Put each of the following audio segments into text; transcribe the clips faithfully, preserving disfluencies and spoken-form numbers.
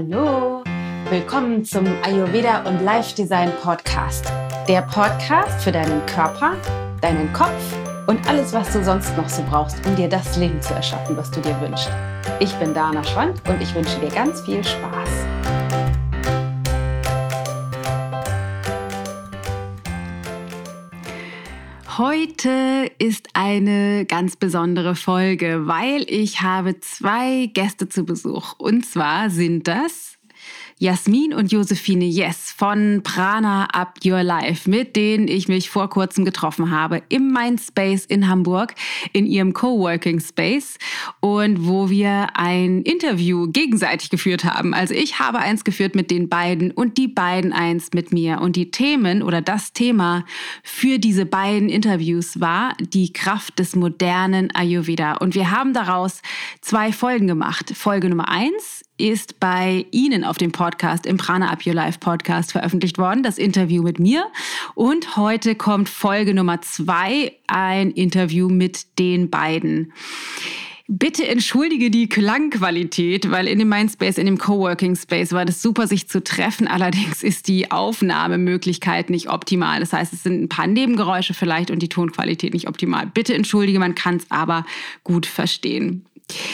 Hallo, willkommen zum Ayurveda und Life Design Podcast. Der Podcast für deinen Körper, deinen Kopf und alles, was du sonst noch so brauchst, um dir das Leben zu erschaffen, was du dir wünschst. Ich bin Dana Schwand und ich wünsche dir ganz viel Spaß. Heute ist eine ganz besondere Folge, weil ich habe zwei Gäste zu Besuch. Und zwar sind das Jasmin und Josephine Yes von Prana Up Your Life, mit denen ich mich vor kurzem getroffen habe im Mindspace in Hamburg, in ihrem Coworking Space und wo wir ein Interview gegenseitig geführt haben. Also ich habe eins geführt mit den beiden und die beiden eins mit mir. Und die Themen oder das Thema für diese beiden Interviews war die Kraft des modernen Ayurveda. Und wir haben daraus zwei Folgen gemacht. Folge Nummer eins ist bei Ihnen auf dem Podcast, im Prana Up Your Life Podcast veröffentlicht worden, das Interview mit mir. Und heute kommt Folge Nummer zwei, ein Interview mit den beiden. Bitte entschuldige die Klangqualität, weil in dem Mindspace, in dem Coworking Space war das super, sich zu treffen. Allerdings ist die Aufnahmemöglichkeit nicht optimal. Das heißt, es sind ein paar Nebengeräusche vielleicht und die Tonqualität nicht optimal. Bitte entschuldige, man kann es aber gut verstehen.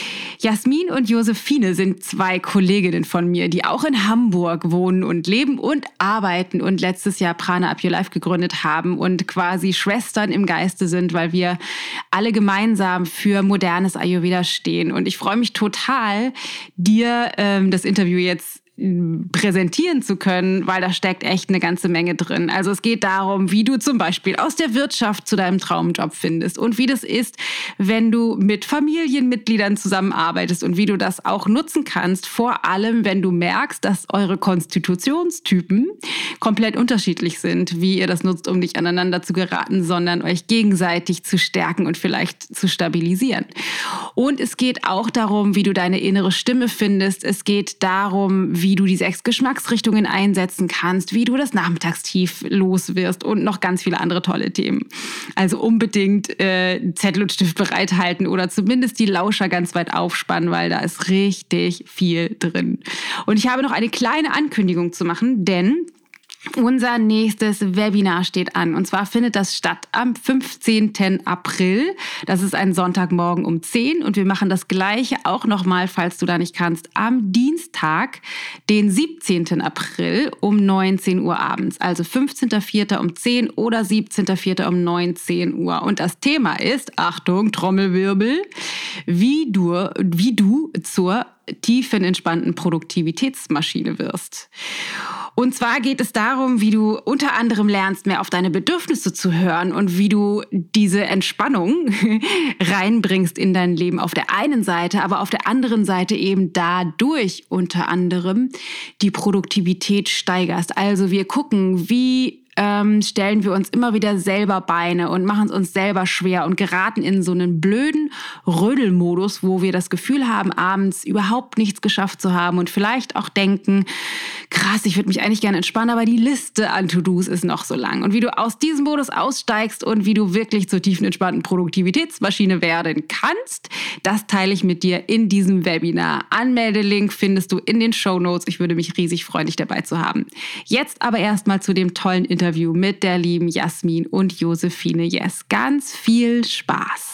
Jasmin und Josephine sind zwei Kolleginnen von mir, die auch in Hamburg wohnen und leben und arbeiten und letztes Jahr Prana Up Your Life gegründet haben und quasi Schwestern im Geiste sind, weil wir alle gemeinsam für modernes Ayurveda stehen. Und ich freue mich total, dir ähm, das Interview jetzt präsentieren zu können, weil da steckt echt eine ganze Menge drin. Also es geht darum, wie du zum Beispiel aus der Wirtschaft zu deinem Traumjob findest und wie das ist, wenn du mit Familienmitgliedern zusammenarbeitest und wie du das auch nutzen kannst, vor allem, wenn du merkst, dass eure Konstitutionstypen komplett unterschiedlich sind, wie ihr das nutzt, um nicht aneinander zu geraten, sondern euch gegenseitig zu stärken und vielleicht zu stabilisieren. Und es geht auch darum, wie du deine innere Stimme findest. Es geht darum, wie wie du die sechs Geschmacksrichtungen einsetzen kannst, wie du das Nachmittagstief los wirst und noch ganz viele andere tolle Themen. Also unbedingt äh, Zettel und Stift bereithalten oder zumindest die Lauscher ganz weit aufspannen, weil da ist richtig viel drin. Und ich habe noch eine kleine Ankündigung zu machen, denn unser nächstes Webinar steht an. Und zwar findet das statt am fünfzehnten April. Das ist ein Sonntagmorgen um zehn. Und wir machen das Gleiche auch nochmal, falls du da nicht kannst, am Dienstag, den siebzehnten April um neunzehn Uhr abends. Also fünfzehnten vierten um zehn oder siebzehnten vierten um neunzehn Uhr. Und das Thema ist, Achtung, Trommelwirbel, wie du, wie du zur tiefen, entspannten Produktivitätsmaschine wirst. Und zwar geht es darum, wie du unter anderem lernst, mehr auf deine Bedürfnisse zu hören und wie du diese Entspannung reinbringst in dein Leben auf der einen Seite, aber auf der anderen Seite eben dadurch unter anderem die Produktivität steigerst. Also wir gucken, wie ähm, stellen wir uns immer wieder selber Beine und machen es uns selber schwer und geraten in so einen blöden Rödelmodus, wo wir das Gefühl haben, abends überhaupt nichts geschafft zu haben und vielleicht auch denken, krass, ich würde mich eigentlich gerne entspannen, aber die Liste an To-Dos ist noch so lang. Und wie du aus diesem Modus aussteigst und wie du wirklich zur tiefen, entspannten Produktivitätsmaschine werden kannst, das teile ich mit dir in diesem Webinar. Anmeldelink findest du in den Shownotes. Ich würde mich riesig freuen, dich dabei zu haben. Jetzt aber erstmal zu dem tollen Interview mit der lieben Jasmin und Josephine Yes. Ganz viel Spaß!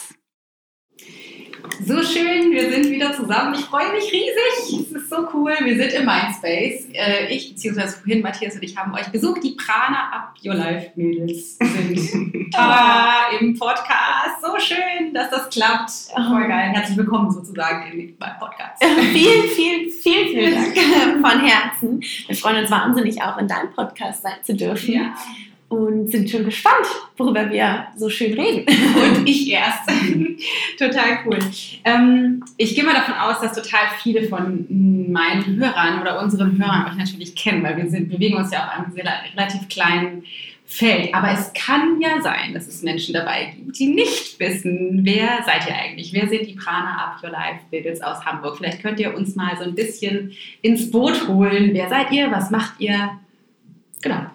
So schön, wir sind wieder zusammen. Ich freue mich riesig. Es ist so cool. Wir sind im Mindspace. Ich bzw. vorhin Matthias und ich haben euch besucht. Die Prana Up Your Life Mädels sind da im Podcast. So schön, dass das klappt. Voll geil. Herzlich willkommen sozusagen in meinem Podcast. Vielen, vielen, vielen, vielen Dank von Herzen. Wir freuen uns wahnsinnig, auch in deinem Podcast sein zu dürfen. Ja. Und sind schon gespannt, worüber wir so schön reden. Und ich erst. Total cool. Ähm, ich gehe mal davon aus, dass total viele von meinen Hörern oder unseren Hörern euch natürlich kennen, weil wir sind, bewegen uns ja auf einem sehr, relativ kleinen Feld. Aber es kann ja sein, dass es Menschen dabei gibt, die nicht wissen, wer seid ihr eigentlich? Wer sind die Prana Up Your Life Mädels aus Hamburg? Vielleicht könnt ihr uns mal so ein bisschen ins Boot holen. Wer seid ihr? Was macht ihr? Genau.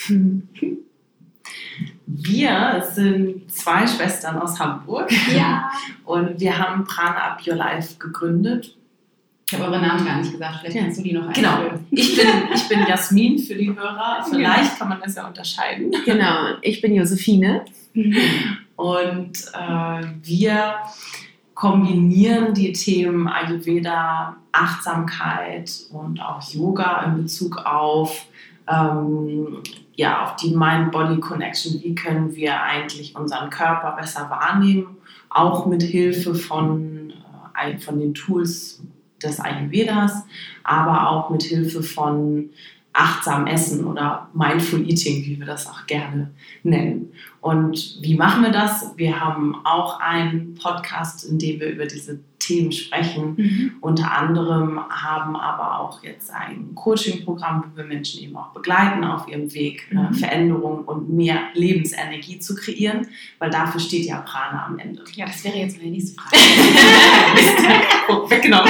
Wir sind zwei Schwestern aus Hamburg. Ja. Und wir haben Prana Up Your Life gegründet Ich habe eure Namen gar nicht gesagt, vielleicht kannst du die noch Genau, einführen. ich bin, ich bin Jasmin für die Hörer, vielleicht kann man das ja unterscheiden. Genau, ich bin Josephine. Und äh, wir kombinieren die Themen Ayurveda, Achtsamkeit und auch Yoga in Bezug auf, ähm, ja, auf die Mind-Body-Connection. Wie können wir eigentlich unseren Körper besser wahrnehmen, auch mit Hilfe von, äh, von den Tools des Ayurvedas, aber auch mit Hilfe von achtsam Essen oder Mindful Eating, wie wir das auch gerne nennen. Und wie machen wir das? Wir haben auch einen Podcast, in dem wir über diese Themen sprechen. Mhm. Unter anderem haben aber auch jetzt ein Coaching-Programm, wo wir Menschen eben auch begleiten auf ihrem Weg, mhm. äh, Veränderung und mehr Lebensenergie zu kreieren, weil dafür steht ja Prana am Ende. Ja, das wäre jetzt meine nächste Frage. oh, weggenommen.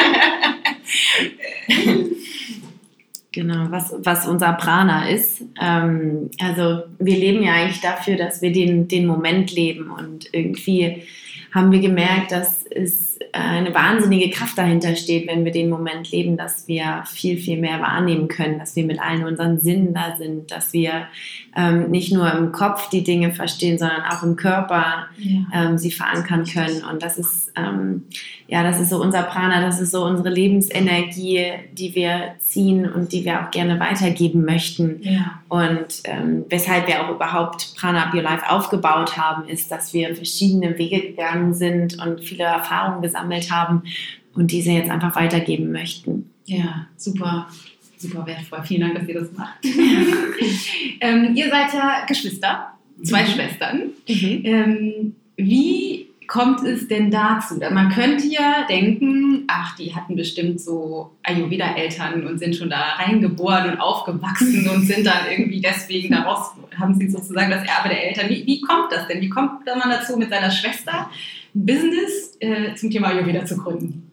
Genau, was, was unser Prana ist. Ähm, also wir leben ja eigentlich dafür, dass wir den, den Moment leben, und irgendwie haben wir gemerkt, dass es eine wahnsinnige Kraft dahinter steht, wenn wir den Moment leben, dass wir viel, viel mehr wahrnehmen können, dass wir mit allen unseren Sinnen da sind, dass wir ähm, nicht nur im Kopf die Dinge verstehen, sondern auch im Körper ja. ähm, sie verankern können. Und das ist, ähm, ja, das ist so unser Prana, das ist so unsere Lebensenergie, die wir ziehen und die wir auch gerne weitergeben möchten. Ja. Und ähm, weshalb wir auch überhaupt Prana Up Your Life aufgebaut haben, ist, dass wir verschiedene Wege gegangen sind und viele Erfahrungen gesammelt haben und diese jetzt einfach weitergeben möchten. Ja, super, super wertvoll. Vielen Dank, dass ihr das macht. ähm, ihr seid ja Geschwister, zwei mhm. Schwestern. Mhm. Ähm, wie kommt es denn dazu? Man könnte ja denken, ach, die hatten bestimmt so Ayurveda-Eltern und sind schon da reingeboren und aufgewachsen und sind dann irgendwie deswegen daraus, haben sie sozusagen das Erbe der Eltern. Wie, wie kommt das denn? Wie kommt man dazu, mit seiner Schwester ein Business äh, zum Thema Ayurveda zu gründen?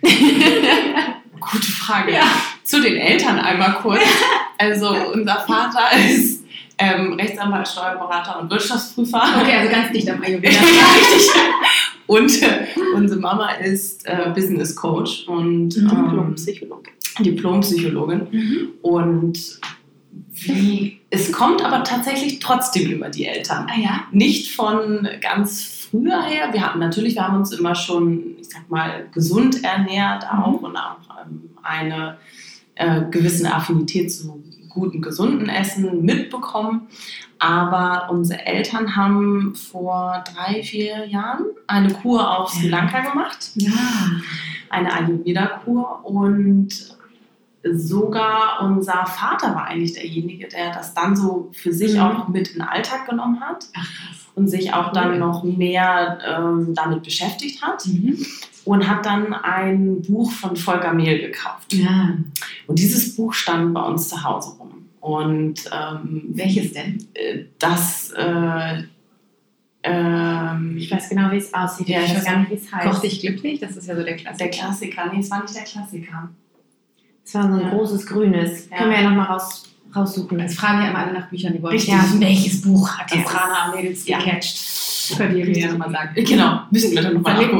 Gute Frage. Ja. Zu den Eltern einmal kurz. Also unser Vater ist ähm, Rechtsanwalt, Steuerberater und Wirtschaftsprüfer. Okay, also ganz dicht am Ayurveda. Richtig. Und äh, unsere Mama ist äh, Business Coach und ähm, Diplompsychologin. Diplompsychologin. Mhm. Und wie, es kommt aber tatsächlich trotzdem über die Eltern. Ah, ja? Nicht von ganz früher her. Wir hatten natürlich, wir haben uns immer schon, ich sag mal, gesund ernährt auch mhm. und auch ähm, eine äh, gewisse Affinität zu guten, gesunden Essen mitbekommen. Aber unsere Eltern haben vor drei, vier Jahren eine Kur auf Sri Lanka gemacht. Ja. Eine Ayurveda-Kur. Und sogar unser Vater war eigentlich derjenige, der das dann so für sich mhm. auch mit in den Alltag genommen hat. Ach, und sich auch dann noch mehr ähm, damit beschäftigt hat. Mhm. Und hat dann ein Buch von Volker Mehl gekauft. Ja. Und dieses Buch stand bei uns zu Hause rum. Und ähm, welches denn? Das, äh, ähm, ich weiß genau, wie es aussieht. Ja, ich weiß gar nicht, wie es heißt. Koch dich glücklich? Das ist ja so der Klassiker. Der Klassiker, nee, es war nicht der Klassiker. Es war so ein ja. großes Grünes. Ja. Können wir ja nochmal raus, raussuchen. Jetzt fragen ja immer alle nach Büchern, die wollen ja. wissen, welches Buch hat das yes. Prana am Mädels ja. gecatcht. Könnt ihr ja nochmal sagen. Genau, müssen wir dann nochmal nachgucken.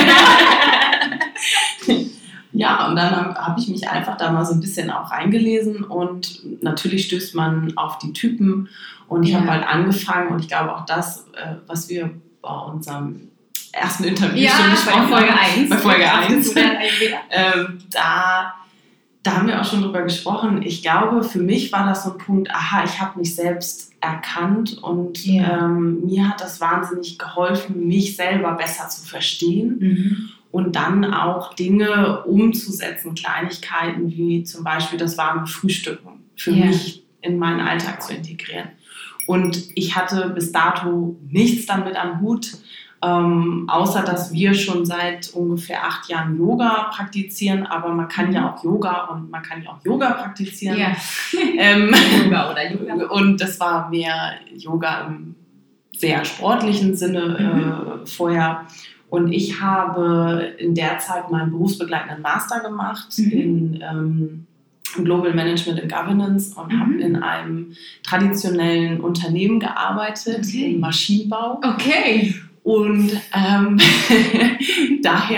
Ja, und dann habe hab ich mich einfach da mal so ein bisschen auch reingelesen und natürlich stößt man auf die Typen und ich ja. habe halt angefangen und ich glaube auch das, was wir bei unserem ersten Interview ja, schon besprochen bei Folge eins, bei Folge eins, ähm, da, da haben wir auch schon drüber gesprochen. Ich glaube, für mich war das so ein Punkt, aha, ich habe mich selbst erkannt und ja. ähm, mir hat das wahnsinnig geholfen, mich selber besser zu verstehen. Mhm. Und dann auch Dinge umzusetzen, Kleinigkeiten wie zum Beispiel das warme Frühstücken für yeah. mich in meinen Alltag zu integrieren. Und ich hatte bis dato nichts damit am Hut, ähm, außer dass wir schon seit ungefähr acht Jahren Yoga praktizieren. Aber man kann ja auch Yoga und man kann ja auch Yoga praktizieren. Yeah. ähm, Yoga oder Yoga. Und das war mehr Yoga im sehr sportlichen Sinne mhm. äh, vorher. Und ich habe in der Zeit meinen berufsbegleitenden Master gemacht mhm. in ähm, Global Management and Governance und mhm. habe in einem traditionellen Unternehmen gearbeitet, okay. im Maschinenbau. Okay. Und ähm, daher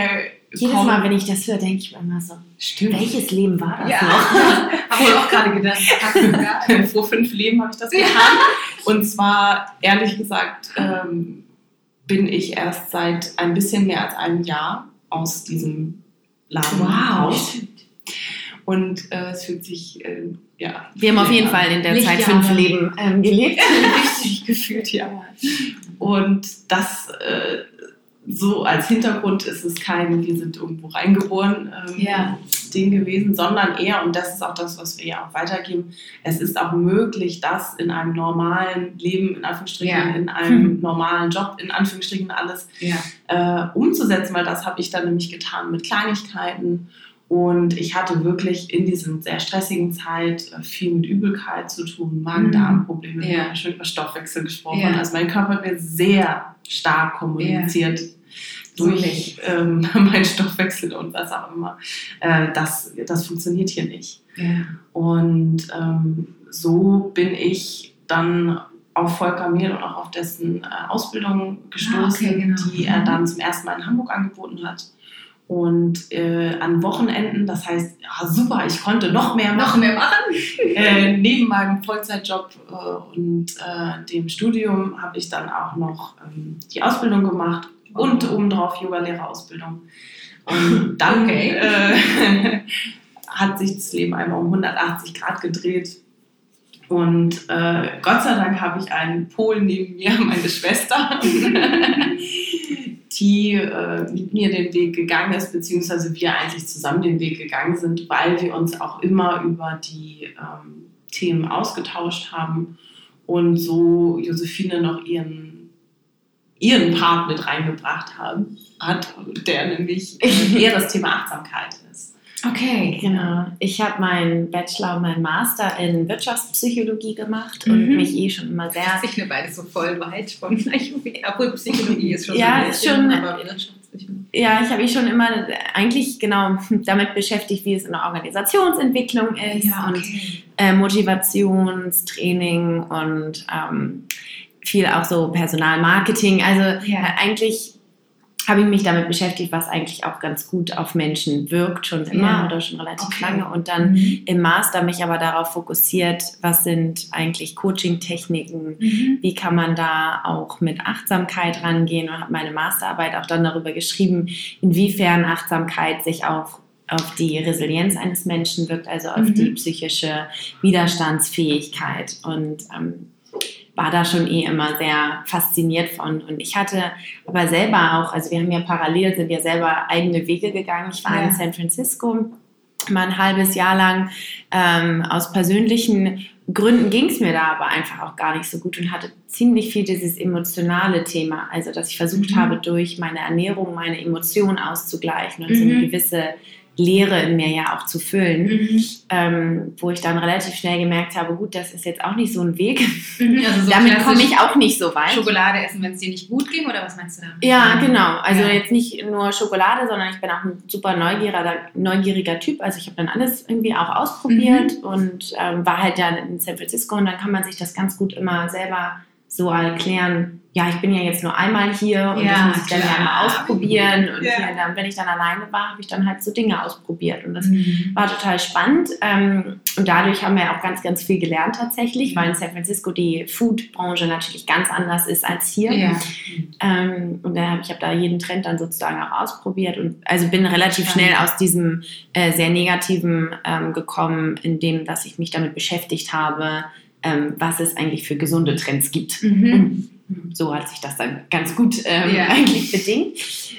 Jedes komm, Mal, wenn ich das höre, denke ich mir immer so, stimmt. welches Leben war das Ja, noch? habe ich auch gerade gedacht. Vor fünf Leben habe ich das getan. Und zwar, ehrlich gesagt, ähm, bin ich erst seit ein bisschen mehr als einem Jahr aus diesem Laden raus. Und äh, es fühlt sich, äh, ja. Wir haben auf jeden Fall in der Lichtjahre. Zeit fünf Leben ähm, gelebt. Richtig gefühlt, ja. Und das äh, so als Hintergrund ist es kein, wir sind irgendwo reingeboren ähm, Ja. Ding gewesen, sondern eher, und das ist auch das, was wir ja auch weitergeben, es ist auch möglich, das in einem normalen Leben, in Anführungsstrichen, Ja. in einem normalen Job, in Anführungsstrichen alles Ja. äh, umzusetzen, weil das habe ich dann nämlich getan mit Kleinigkeiten. Und ich hatte wirklich in dieser sehr stressigen Zeit äh, viel mit Übelkeit zu tun, Magen-Darm-Probleme, Ja. wir haben schon über Stoffwechsel gesprochen. Ja. Also mein Körper hat mir sehr stark kommuniziert So durch nicht. ähm, meinen Stoffwechsel und was auch immer. Äh, das, das funktioniert hier nicht. Ja. Und ähm, so bin ich dann auf Volker Mehl und auch auf dessen äh, Ausbildung gestoßen, Ah, okay, genau. die er dann zum ersten Mal in Hamburg angeboten hat. Und äh, an Wochenenden, das heißt, ja super, ich konnte noch mehr Noch machen. mehr machen? Äh, neben meinem Vollzeitjob äh, und äh, dem Studium habe ich dann auch noch ähm, die Ausbildung gemacht und obendrauf Yoga-Lehrerausbildung. Und dann Okay. äh, hat sich das Leben einmal um hundertachtzig Grad gedreht. Und äh, Gott sei Dank habe ich einen Polen neben mir, meine Schwester, die äh, mit mir den Weg gegangen ist, beziehungsweise wir eigentlich zusammen den Weg gegangen sind, weil wir uns auch immer über die ähm, Themen ausgetauscht haben und so Josephine noch ihren, ihren Part mit reingebracht haben, hat, der nämlich eher das Thema Achtsamkeit ist. Okay. Genau. Ich habe meinen Bachelor und meinen Master in Wirtschaftspsychologie gemacht und Mhm. mich eh schon immer sehr... Das ist beide so voll weit von obwohl Psychologie ist schon Ja, so ein ist bisschen, schon- aber Wirtschaftspsychologie. Ja, ich habe mich schon immer eigentlich genau damit beschäftigt, wie es in der Organisationsentwicklung ist und äh, Motivationstraining und ähm, viel auch so Personalmarketing. Also Ja. äh, eigentlich habe ich mich damit beschäftigt, was eigentlich auch ganz gut auf Menschen wirkt, schon immer Ja. oder schon relativ Okay. lange. Und dann Mhm. im Master mich aber darauf fokussiert, was sind eigentlich Coaching-Techniken, Mhm. wie kann man da auch mit Achtsamkeit rangehen, und habe meine Masterarbeit auch dann darüber geschrieben, inwiefern Achtsamkeit sich auch auf die Resilienz eines Menschen wirkt, also auf Mhm. die psychische Widerstandsfähigkeit, und ähm, war da schon eh immer sehr fasziniert von. Und ich hatte aber selber auch, also wir haben ja parallel, sind ja selber eigene Wege gegangen. Ich war Ja. in San Francisco mal ein halbes Jahr lang. Ähm, aus persönlichen Gründen ging es mir da aber einfach auch gar nicht so gut und hatte ziemlich viel dieses emotionale Thema. Also dass ich versucht Mhm. habe, durch meine Ernährung meine Emotionen auszugleichen und so Mhm. eine gewisse Leere in mir ja auch zu füllen. Mhm. Ähm, wo ich dann relativ schnell gemerkt habe, gut, das ist jetzt auch nicht so ein Weg. Also so Damit komme klassisch ich auch nicht so weit. Schokolade essen, wenn es dir nicht gut ging, oder was meinst du da? Ja, genau. Also Ja. jetzt nicht nur Schokolade, sondern ich bin auch ein super neugieriger, neugieriger Typ. Also ich habe dann alles irgendwie auch ausprobiert und ähm, war halt dann in San Francisco, und dann kann man sich das ganz gut immer selber so erklären, ja, ich bin ja jetzt nur einmal hier und Ja, das muss ich dann ja klar. mal ausprobieren. Und Ja. hier, dann, wenn ich dann alleine war, habe ich dann halt so Dinge ausprobiert. Und das Mhm. war total spannend. Ähm, und dadurch haben wir auch ganz, ganz viel gelernt tatsächlich, Mhm. weil in San Francisco die Food-Branche natürlich ganz anders ist als hier. Ja. Ähm, und dann hab, ich habe da jeden Trend dann sozusagen auch ausprobiert, und also bin relativ Spannend. schnell aus diesem äh, sehr Negativen ähm, gekommen, in dem, dass ich mich damit beschäftigt habe, ähm, was es eigentlich für gesunde Trends gibt. Mhm. Und so hat sich das dann ganz gut ähm, Ja. eigentlich bedingt.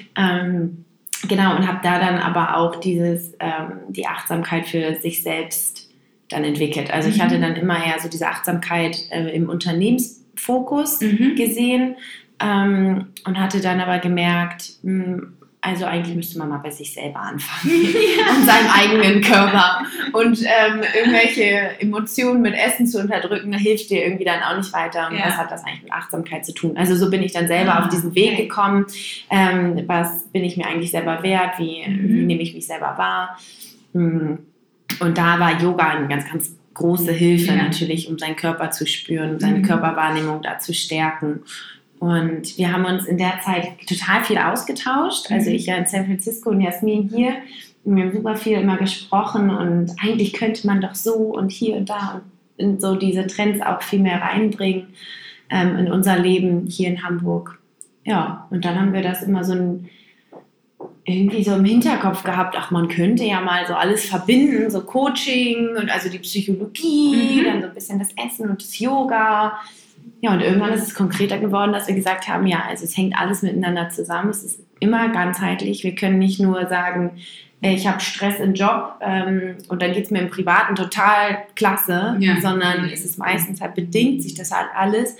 Ähm, genau, und habe da dann aber auch dieses, ähm, die Achtsamkeit für sich selbst dann entwickelt. Also ich Mhm. hatte dann immer eher so diese Achtsamkeit äh, im Unternehmensfokus Mhm. gesehen, ähm, und hatte dann aber gemerkt, mh, also eigentlich müsste man mal bei sich selber anfangen und seinem eigenen Körper, und ähm, irgendwelche Emotionen mit Essen zu unterdrücken, hilft dir irgendwie dann auch nicht weiter. Und Ja. was hat das eigentlich mit Achtsamkeit zu tun? Also so bin ich dann selber Ah, auf diesen Weg okay. gekommen. Ähm, was bin ich mir eigentlich selber wert? Wie, Mhm. wie nehme ich mich selber wahr? Mm. Und da war Yoga eine ganz, ganz große Hilfe Ja. natürlich, um seinen Körper zu spüren, seine Mhm. Körperwahrnehmung da zu stärken. Und wir haben uns in der Zeit total viel ausgetauscht. Also ich ja in San Francisco und Jasmin hier. Und wir haben super viel immer gesprochen und eigentlich könnte man doch so und hier und da und in so diese Trends auch viel mehr reinbringen ähm, in unser Leben hier in Hamburg. Ja, und dann haben wir das immer so ein, irgendwie so im Hinterkopf gehabt, ach, man könnte ja mal so alles verbinden, so Coaching und also die Psychologie, mhm. dann so ein bisschen das Essen und das Yoga. Ja, und irgendwann ist es konkreter geworden, dass wir gesagt haben, ja, also es hängt alles miteinander zusammen, es ist immer ganzheitlich. Wir können nicht nur sagen, ich habe Stress im Job ähm, und dann geht es mir im Privaten total klasse, ja. sondern es ist meistens halt bedingt sich das halt alles.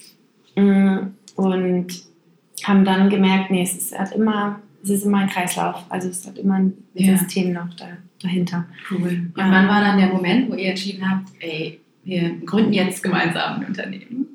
Und haben dann gemerkt, nee, es ist halt immer, es ist immer ein Kreislauf, also es hat immer ein ja. System noch da, dahinter. Cool. Und ja. wann war dann der Moment, wo ihr entschieden habt, ey, wir gründen jetzt gemeinsam ein Unternehmen?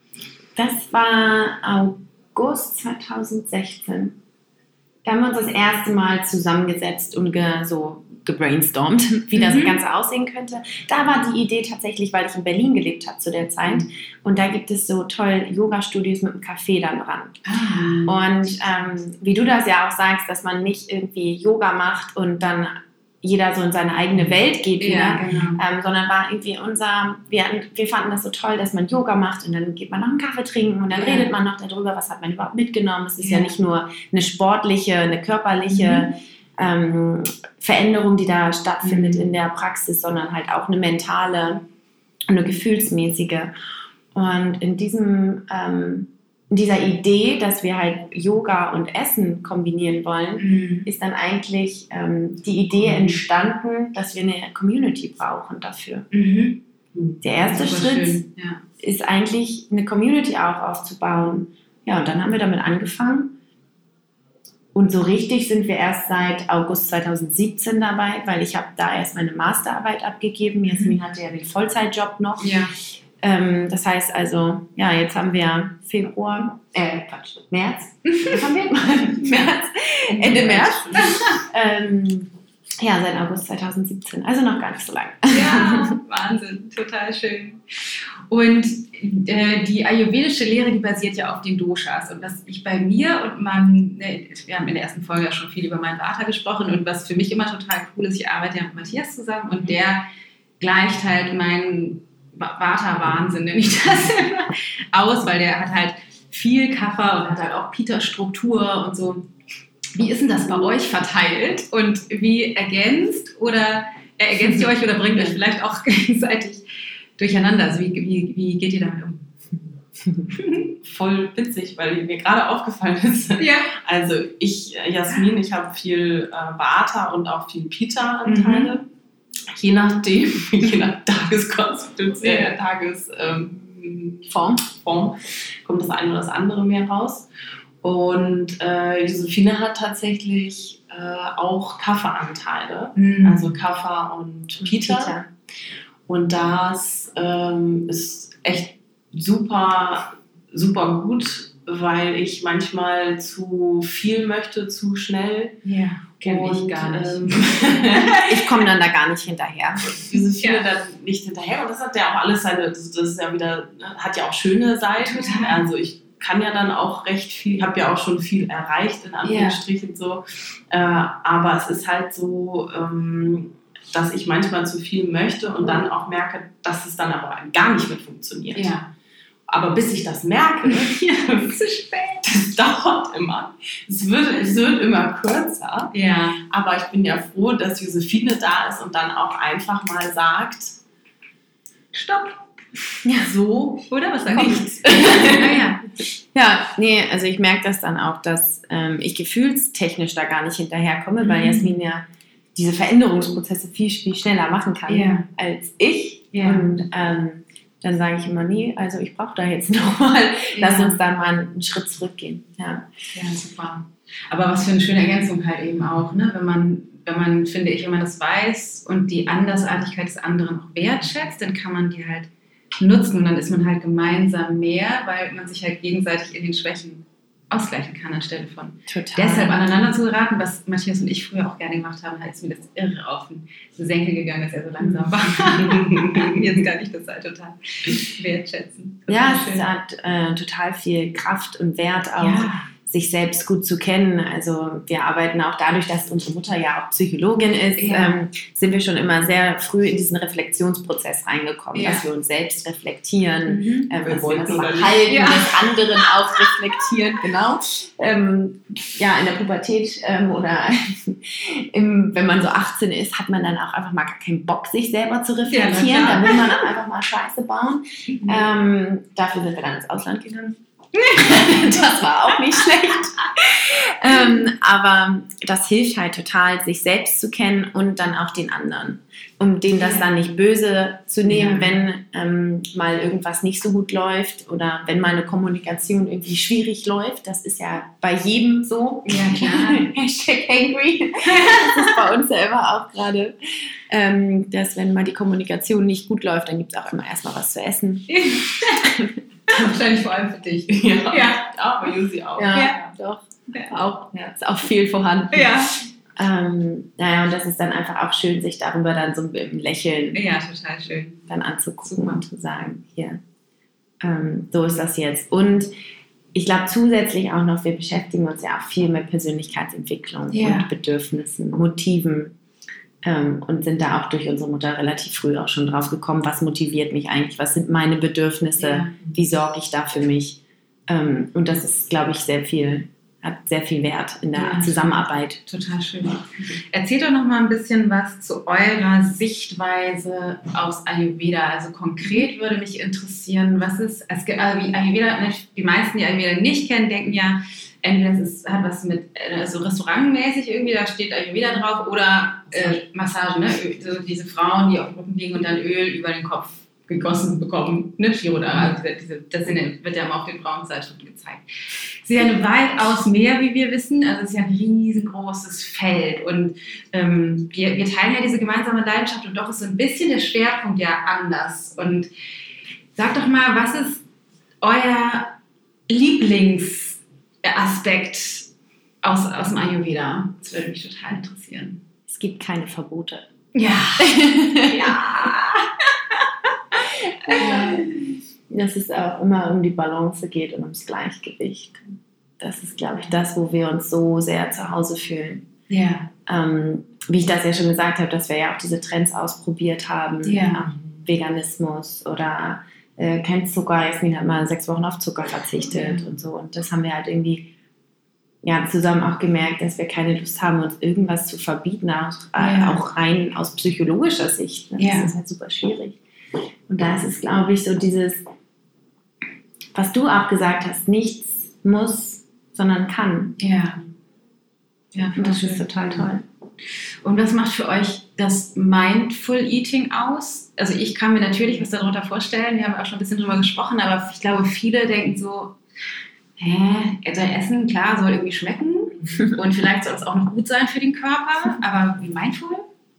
Das war August zweitausendsechzehn. Da haben wir uns das erste Mal zusammengesetzt und ge, so gebrainstormt, wie das mhm. Ganze aussehen könnte. Da war die Idee tatsächlich, weil ich in Berlin gelebt habe zu der Zeit. Und da gibt es so toll Yoga-Studios mit einem Café dann dran. Ah. Und ähm, wie du das ja auch sagst, dass man nicht irgendwie Yoga macht und dann jeder so in seine eigene Welt geht wieder, ja, genau. ähm, sondern war irgendwie unser, wir, wir fanden das so toll, dass man Yoga macht und dann geht man noch einen Kaffee trinken und dann ja. redet man noch darüber, was hat man überhaupt mitgenommen. Es ist ja. ja nicht nur eine sportliche, eine körperliche mhm. ähm, Veränderung, die da stattfindet mhm. in der Praxis, sondern halt auch eine mentale, eine gefühlsmäßige. Und in diesem ähm, in dieser Idee, dass wir halt Yoga und Essen kombinieren wollen, mhm. ist dann eigentlich ähm, die Idee entstanden, dass wir eine Community brauchen dafür. Mhm. Der erste Schritt ja. ist eigentlich, eine Community auch aufzubauen. Ja, und dann haben wir damit angefangen. Und so richtig sind wir erst seit August zweitausendsiebzehn dabei, weil ich habe da erst meine Masterarbeit abgegeben. Jasmin hatte ja den Vollzeitjob noch. Ja. Ähm, das heißt also, ja, jetzt haben wir Februar, äh, Quatsch, März. Was haben wir? März, Ende März. ähm, ja, seit August zweitausendsiebzehn, also noch gar nicht so lange. Ja, Wahnsinn, total schön. Und äh, die ayurvedische Lehre, die basiert ja auf den Doshas. Und was ich bei mir und meinem, ne, wir haben in der ersten Folge ja schon viel über meinen Vata gesprochen und was für mich immer total cool ist, ich arbeite ja mit Matthias zusammen und der gleicht halt meinen Vata-Wahnsinn, nenne ich das immer, aus, weil der hat halt viel Kapha und hat halt auch Pitta-Struktur und so. Wie ist denn das bei euch verteilt und wie ergänzt oder äh, ergänzt ihr euch oder bringt euch vielleicht auch gegenseitig durcheinander? Also wie, wie, wie geht ihr damit um? Voll witzig, weil mir gerade aufgefallen ist. Ja. Also ich, Jasmin, ich habe viel äh, Vata und auch viel Pitta-Anteile. Mhm. Je nachdem, je nach Tageskonstitution, äh, Tagesform ähm, Form, kommt das eine oder das andere mehr raus. Und äh, Josephine hat tatsächlich äh, auch Kapha-Anteile, mhm. also Kapha und Pitta. Pitta. Und das ähm, ist echt super, super gut, weil ich manchmal zu viel möchte, zu schnell. Ja, kenne ich gar nicht. Ähm, ich komme dann da gar nicht hinterher. Josephine ja. dann nicht hinterher. Und das hat ja auch alles seine, das ist ja wieder, hat ja auch schöne Seiten. Total. Also ich kann ja dann auch recht viel, habe ja auch schon viel erreicht, in Anführungsstrichen yeah. so. Äh, aber es ist halt so, ähm, dass ich manchmal zu viel möchte und dann auch merke, dass es dann aber gar nicht mehr funktioniert. Ja. Aber bis ich das merke, ja, zu spät. Das dauert immer. Es wird, es wird immer kürzer. Ja. Aber ich bin ja froh, dass Josephine da ist und dann auch einfach mal sagt, stopp. Ja, so oder was sagt nichts. ja, ja. ja, nee, also ich merke das dann auch, dass ähm, ich gefühlstechnisch da gar nicht hinterherkomme, mhm. weil Jasmin ja diese Veränderungsprozesse viel, viel schneller machen kann ja. als ich. Ja. Und ähm, dann sage ich immer, nee, also ich brauche da jetzt nochmal, ja. lass uns da mal einen Schritt zurückgehen. Ja. ja, super. Aber was für eine schöne Ergänzung halt eben auch, ne? wenn man wenn man, finde ich, wenn man das weiß und die Andersartigkeit des anderen auch wertschätzt, dann kann man die halt nutzen und dann ist man halt gemeinsam mehr, weil man sich halt gegenseitig in den Schwächen ausgleichen kann anstelle von Total. deshalb aneinander zu geraten, was Matthias und ich früher auch gerne gemacht haben, halt ist mir das irre auf den Senkel gegangen, dass er so langsam war. Jetzt kann ich das halt total wertschätzen. Total ja, schön. es hat äh, total viel Kraft und Wert auch, Ja. sich selbst gut zu kennen. Also wir arbeiten auch dadurch, dass unsere Mutter ja auch Psychologin ist, Ja. ähm, sind wir schon immer sehr früh in diesen Reflexionsprozess reingekommen, Ja. dass wir uns selbst reflektieren, Mhm. ähm, Wir dass wir wollten das oder nicht. Verhalten Ja. des anderen auch reflektieren, genau. Ähm, ja, in der Pubertät ähm, oder im, wenn man so achtzehn ist, hat man dann auch einfach mal gar keinen Bock, sich selber zu reflektieren. Ja, na Da klar. will man auch einfach mal Scheiße bauen. Mhm. Ähm, dafür sind wir dann ins Ausland gegangen. Das war auch nicht schlecht. ähm, aber das hilft halt total, sich selbst zu kennen und dann auch den anderen. Um denen das Ja. dann nicht böse zu nehmen, Ja. wenn ähm, mal irgendwas nicht so gut läuft oder wenn mal eine Kommunikation irgendwie schwierig läuft. Das ist ja bei jedem so. Ja, klar. Hashtag angry. Das ist bei uns selber auch gerade. Ähm, dass wenn mal die Kommunikation nicht gut läuft, dann gibt es auch immer erstmal was zu essen. Wahrscheinlich vor allem für dich. Ja, Ja. auch bei Josi auch. Ja, Ja. doch. Ja. Auch, ja, ist auch viel vorhanden. Ja. Ähm, naja, und das ist dann einfach auch schön, sich darüber dann so mit einem Lächeln Ja, total schön. dann anzugucken Super. und zu sagen, hier, ähm, so ist das jetzt. Und ich glaube zusätzlich auch noch, wir beschäftigen uns ja auch viel mit Persönlichkeitsentwicklung Ja. und Bedürfnissen, Motiven ähm, und sind da auch durch unsere Mutter relativ früh auch schon drauf gekommen, was motiviert mich eigentlich, was sind meine Bedürfnisse, Ja. wie sorge ich da für mich. Ähm, und das ist, glaube ich, sehr viel, hat sehr viel Wert in der Ja. Zusammenarbeit. Total schön. Erzählt doch noch mal ein bisschen was zu eurer Sichtweise aus Ayurveda. Also konkret würde mich interessieren, was ist, es gibt, also wie Ayurveda, die meisten, die Ayurveda nicht kennen, denken ja, entweder es ist, hat was mit, also restaurantmäßig irgendwie, da steht Ayurveda drauf, oder äh, Massage, ne? So diese Frauen, die auf dem Rücken liegen und dann Öl über den Kopf gegossen bekommen, ne, Shirodara, also diese, das sind, wird ja immer auf den Frauenzeitschriften gezeigt. Es ist ja eine weitaus mehr, wie wir wissen, also es ist ja ein riesengroßes Feld und ähm, wir, wir teilen ja diese gemeinsame Leidenschaft und doch ist so ein bisschen der Schwerpunkt ja anders. Und sagt doch mal, was ist euer Lieblingsaspekt aus, aus dem Ayurveda? Das würde mich total interessieren. Es gibt keine Verbote. Ja. Ja. Dass es auch immer um die Balance geht und ums Gleichgewicht. Das ist, glaube ich, das, wo wir uns so sehr zu Hause fühlen. Ja. Ähm, wie ich das ja schon gesagt habe, dass wir ja auch diese Trends ausprobiert haben. Ja. Veganismus oder äh, kein Zucker. Jasmin hat mal sechs Wochen auf Zucker verzichtet Ja. und so. Und das haben wir halt irgendwie ja, zusammen auch gemerkt, dass wir keine Lust haben, uns irgendwas zu verbieten, auch, äh, Ja. auch rein aus psychologischer Sicht. Ne? Ja. Das ist halt super schwierig. Und da ist es, glaube ich, so dieses, was du auch gesagt hast, nichts muss, sondern kann. Ja. Ja, Und das schön. ist total toll. Und was macht für euch das Mindful Eating aus? Also ich kann mir natürlich was darunter vorstellen, wir haben auch schon ein bisschen drüber gesprochen, aber ich glaube, viele denken so, hä, soll Essen, klar, soll irgendwie schmecken und vielleicht soll es auch noch gut sein für den Körper, aber wie mindful?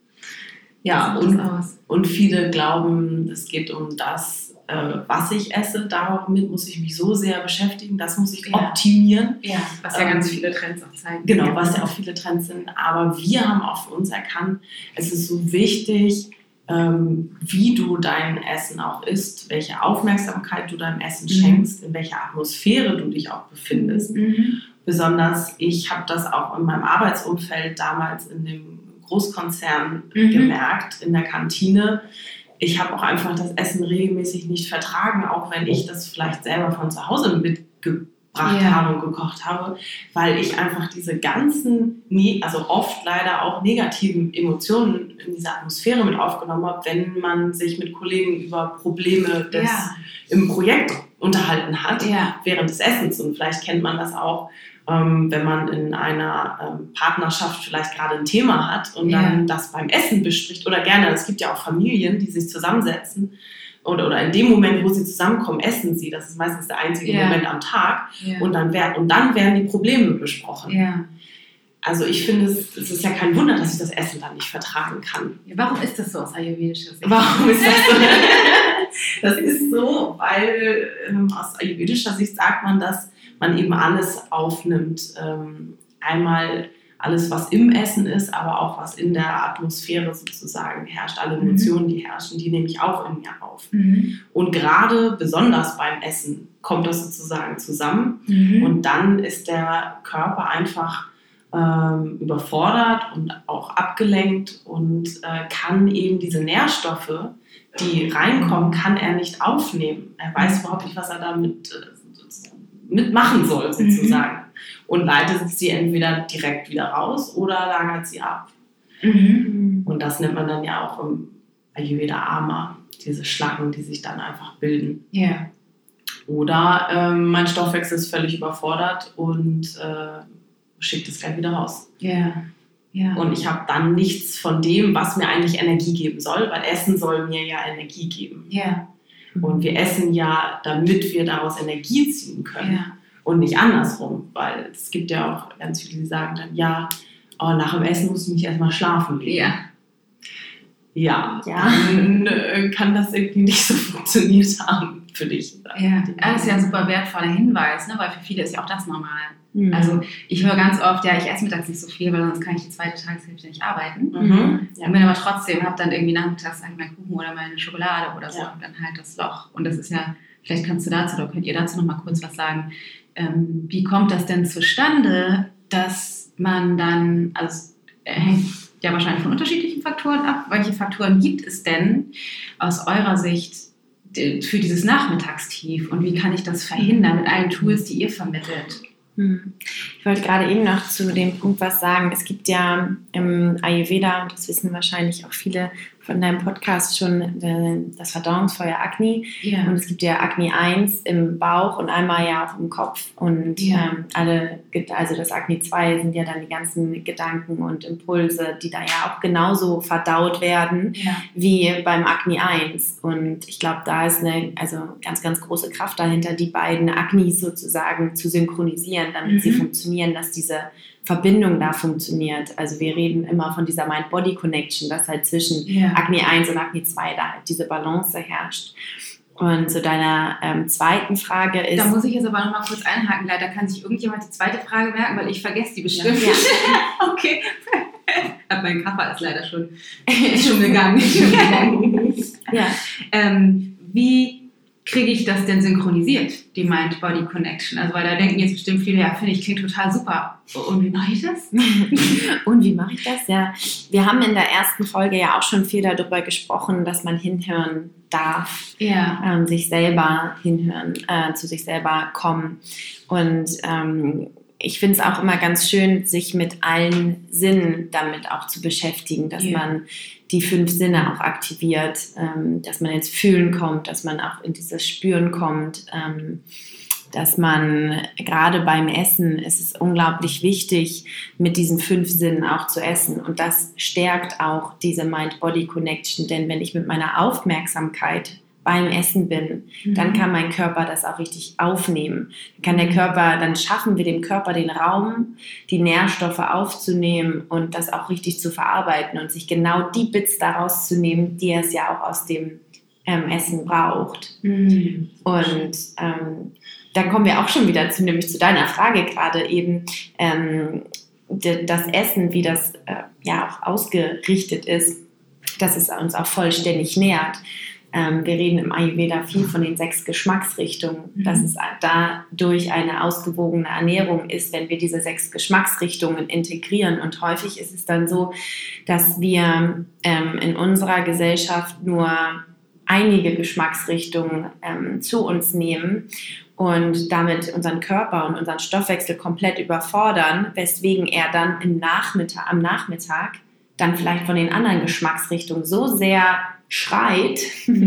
Ja, Wie sieht und, das aus? und viele glauben, es geht um das, äh, was ich esse. Damit muss ich mich so sehr beschäftigen, das muss ich Ja. optimieren. Ja, was ja Ähm, ganz viele Trends auch zeigen. Genau, was ja auch viele Trends sind. Aber wir haben auch für uns erkannt, es ist so wichtig, ähm, wie du dein Essen auch isst, welche Aufmerksamkeit du deinem Essen Mhm. schenkst, in welcher Atmosphäre du dich auch befindest. Mhm. Besonders, ich habe das auch in meinem Arbeitsumfeld damals in dem Großkonzern Mhm. gemerkt, in der Kantine. Ich habe auch einfach das Essen regelmäßig nicht vertragen, auch wenn ich das vielleicht selber von zu Hause mitgebracht Ja. habe und gekocht habe, weil ich einfach diese ganzen, ne- also oft leider auch negativen Emotionen in dieser Atmosphäre mit aufgenommen habe, wenn man sich mit Kollegen über Probleme des, Ja. im Projekt unterhalten hat Ja. während des Essens. Und vielleicht kennt man das auch, ähm, wenn man in einer ähm, Partnerschaft vielleicht gerade ein Thema hat und Ja. dann das beim Essen bespricht. Oder gerne, es gibt ja auch Familien, die sich zusammensetzen oder, oder in dem Moment, wo sie zusammenkommen, essen sie. Das ist meistens der einzige Ja. Moment am Tag. Ja. Und dann, wer, und dann werden die Probleme besprochen. Ja. Also ich finde, es, es ist ja kein Wunder, dass ich das Essen dann nicht vertragen kann. Ja, warum ist das so aus ayurvedischer Sicht? Warum ist das so? Das ist so, weil ähm, aus ayurvedischer Sicht sagt man, dass man eben alles aufnimmt. Ähm, einmal alles, was im Essen ist, aber auch was in der Atmosphäre sozusagen herrscht. Alle Emotionen, die herrschen, die nehme ich auch in mir auf. Mhm. Und gerade besonders beim Essen kommt das sozusagen zusammen. Mhm. Und dann ist der Körper einfach ähm, überfordert und auch abgelenkt und äh, kann eben diese Nährstoffe, die reinkommen, kann er nicht aufnehmen. Er weiß überhaupt nicht, was er damit äh, mitmachen soll sozusagen. Mhm. Und leitet sie entweder direkt wieder raus oder lagert sie ab. Mhm. Und das nennt man dann ja auch im Ayurveda Ama, diese Schlacken, die sich dann einfach bilden. Ja. Oder ähm, mein Stoffwechsel ist völlig überfordert und äh, schickt es gleich wieder raus. Ja. Ja. Und ich habe dann nichts von dem, was mir eigentlich Energie geben soll, weil Essen soll mir ja Energie geben. Ja. Und wir essen ja, damit wir daraus Energie ziehen können. Ja. Und nicht andersrum, weil es gibt ja auch ganz viele, die sagen dann, ja, oh, nach dem Essen muss ich mich erstmal schlafen legen. Ja. Ja, Ja. dann äh, kann das irgendwie nicht so funktioniert haben für dich. Ja, das ist ja ein super wertvoller Hinweis, ne? Weil für viele ist ja auch das normal. Mhm. Also ich höre ganz oft, ja, ich esse mittags nicht so viel, weil sonst kann ich die zweite Tageshälfte nicht arbeiten. Mhm. Ja. Und bin aber trotzdem, habe dann irgendwie nachmittags sag ich mal Kuchen oder meine Schokolade oder so Ja. und dann halt das Loch. Und das ist ja, vielleicht kannst du dazu oder könnt ihr dazu noch mal kurz was sagen. Ähm, wie kommt das denn zustande, dass man dann, also äh, hängt ja wahrscheinlich von unterschiedlichen Faktoren ab. Welche Faktoren gibt es denn aus eurer Sicht für dieses Nachmittagstief und wie kann ich das verhindern mit allen Tools, die ihr vermittelt? Ich wollte gerade eben noch zu dem Punkt was sagen. Es gibt ja im Ayurveda, und das wissen wahrscheinlich auch viele von deinem Podcast schon, das Verdauungsfeuer Agni. Ja. Und es gibt ja Agni eins im Bauch und einmal ja auch im Kopf. Und Ja. ähm, alle, also das Agni zwei sind ja dann die ganzen Gedanken und Impulse, die da ja auch genauso verdaut werden Ja. wie beim Agni eins. Und ich glaube, da ist eine also ganz, ganz große Kraft dahinter, die beiden Agnis sozusagen zu synchronisieren, damit Mhm. sie funktionieren, dass diese Verbindung da funktioniert. Also wir reden immer von dieser Mind-Body-Connection, dass halt zwischen Ja. Agni eins und Agni zwei da halt diese Balance herrscht. Und zu deiner ähm, zweiten Frage ist... Da muss ich jetzt aber noch mal kurz einhaken. Leider kann sich irgendjemand die zweite Frage merken, weil ich vergesse die bestimmt. Ja. Okay. Aber mein Kaffer ist leider schon, ist schon gegangen. Ist schon gegangen. ja. Ähm, wie kriege ich das denn synchronisiert, die Mind-Body-Connection? Also, weil da denken jetzt bestimmt viele, ja, finde ich, klingt total super. Und wie mache ich das? Und wie mache ich das? Ja, wir haben in der ersten Folge ja auch schon viel darüber gesprochen, dass man hinhören darf, Ja. ähm, sich selber hinhören, äh, zu sich selber kommen. Und ähm, ich finde es auch immer ganz schön, sich mit allen Sinnen damit auch zu beschäftigen, dass Ja. man die fünf Sinne auch aktiviert, ähm, dass man ins Fühlen kommt, dass man auch in dieses Spüren kommt, ähm, dass man gerade beim Essen, es ist unglaublich wichtig, mit diesen fünf Sinnen auch zu essen. Und das stärkt auch diese Mind-Body-Connection, denn wenn ich mit meiner Aufmerksamkeit beim Essen bin, Mhm. dann kann mein Körper das auch richtig aufnehmen. Dann kann der Körper, dann schaffen wir dem Körper den Raum, die Nährstoffe aufzunehmen und das auch richtig zu verarbeiten und sich genau die Bits daraus zu nehmen, die es ja auch aus dem ähm, Essen braucht. Mhm. Und ähm, dann kommen wir auch schon wieder zu, nämlich zu deiner Frage gerade eben, ähm, de, das Essen, wie das äh, ja auch ausgerichtet ist, dass es uns auch vollständig nährt. Ähm, wir reden im Ayurveda viel von den sechs Geschmacksrichtungen, Mhm. dass es dadurch eine ausgewogene Ernährung ist, wenn wir diese sechs Geschmacksrichtungen integrieren. Und häufig ist es dann so, dass wir ähm, in unserer Gesellschaft nur einige Geschmacksrichtungen ähm, zu uns nehmen und damit unseren Körper und unseren Stoffwechsel komplett überfordern, weswegen er dann im Nachmittag, am Nachmittag dann vielleicht von den anderen Geschmacksrichtungen so sehr schreit,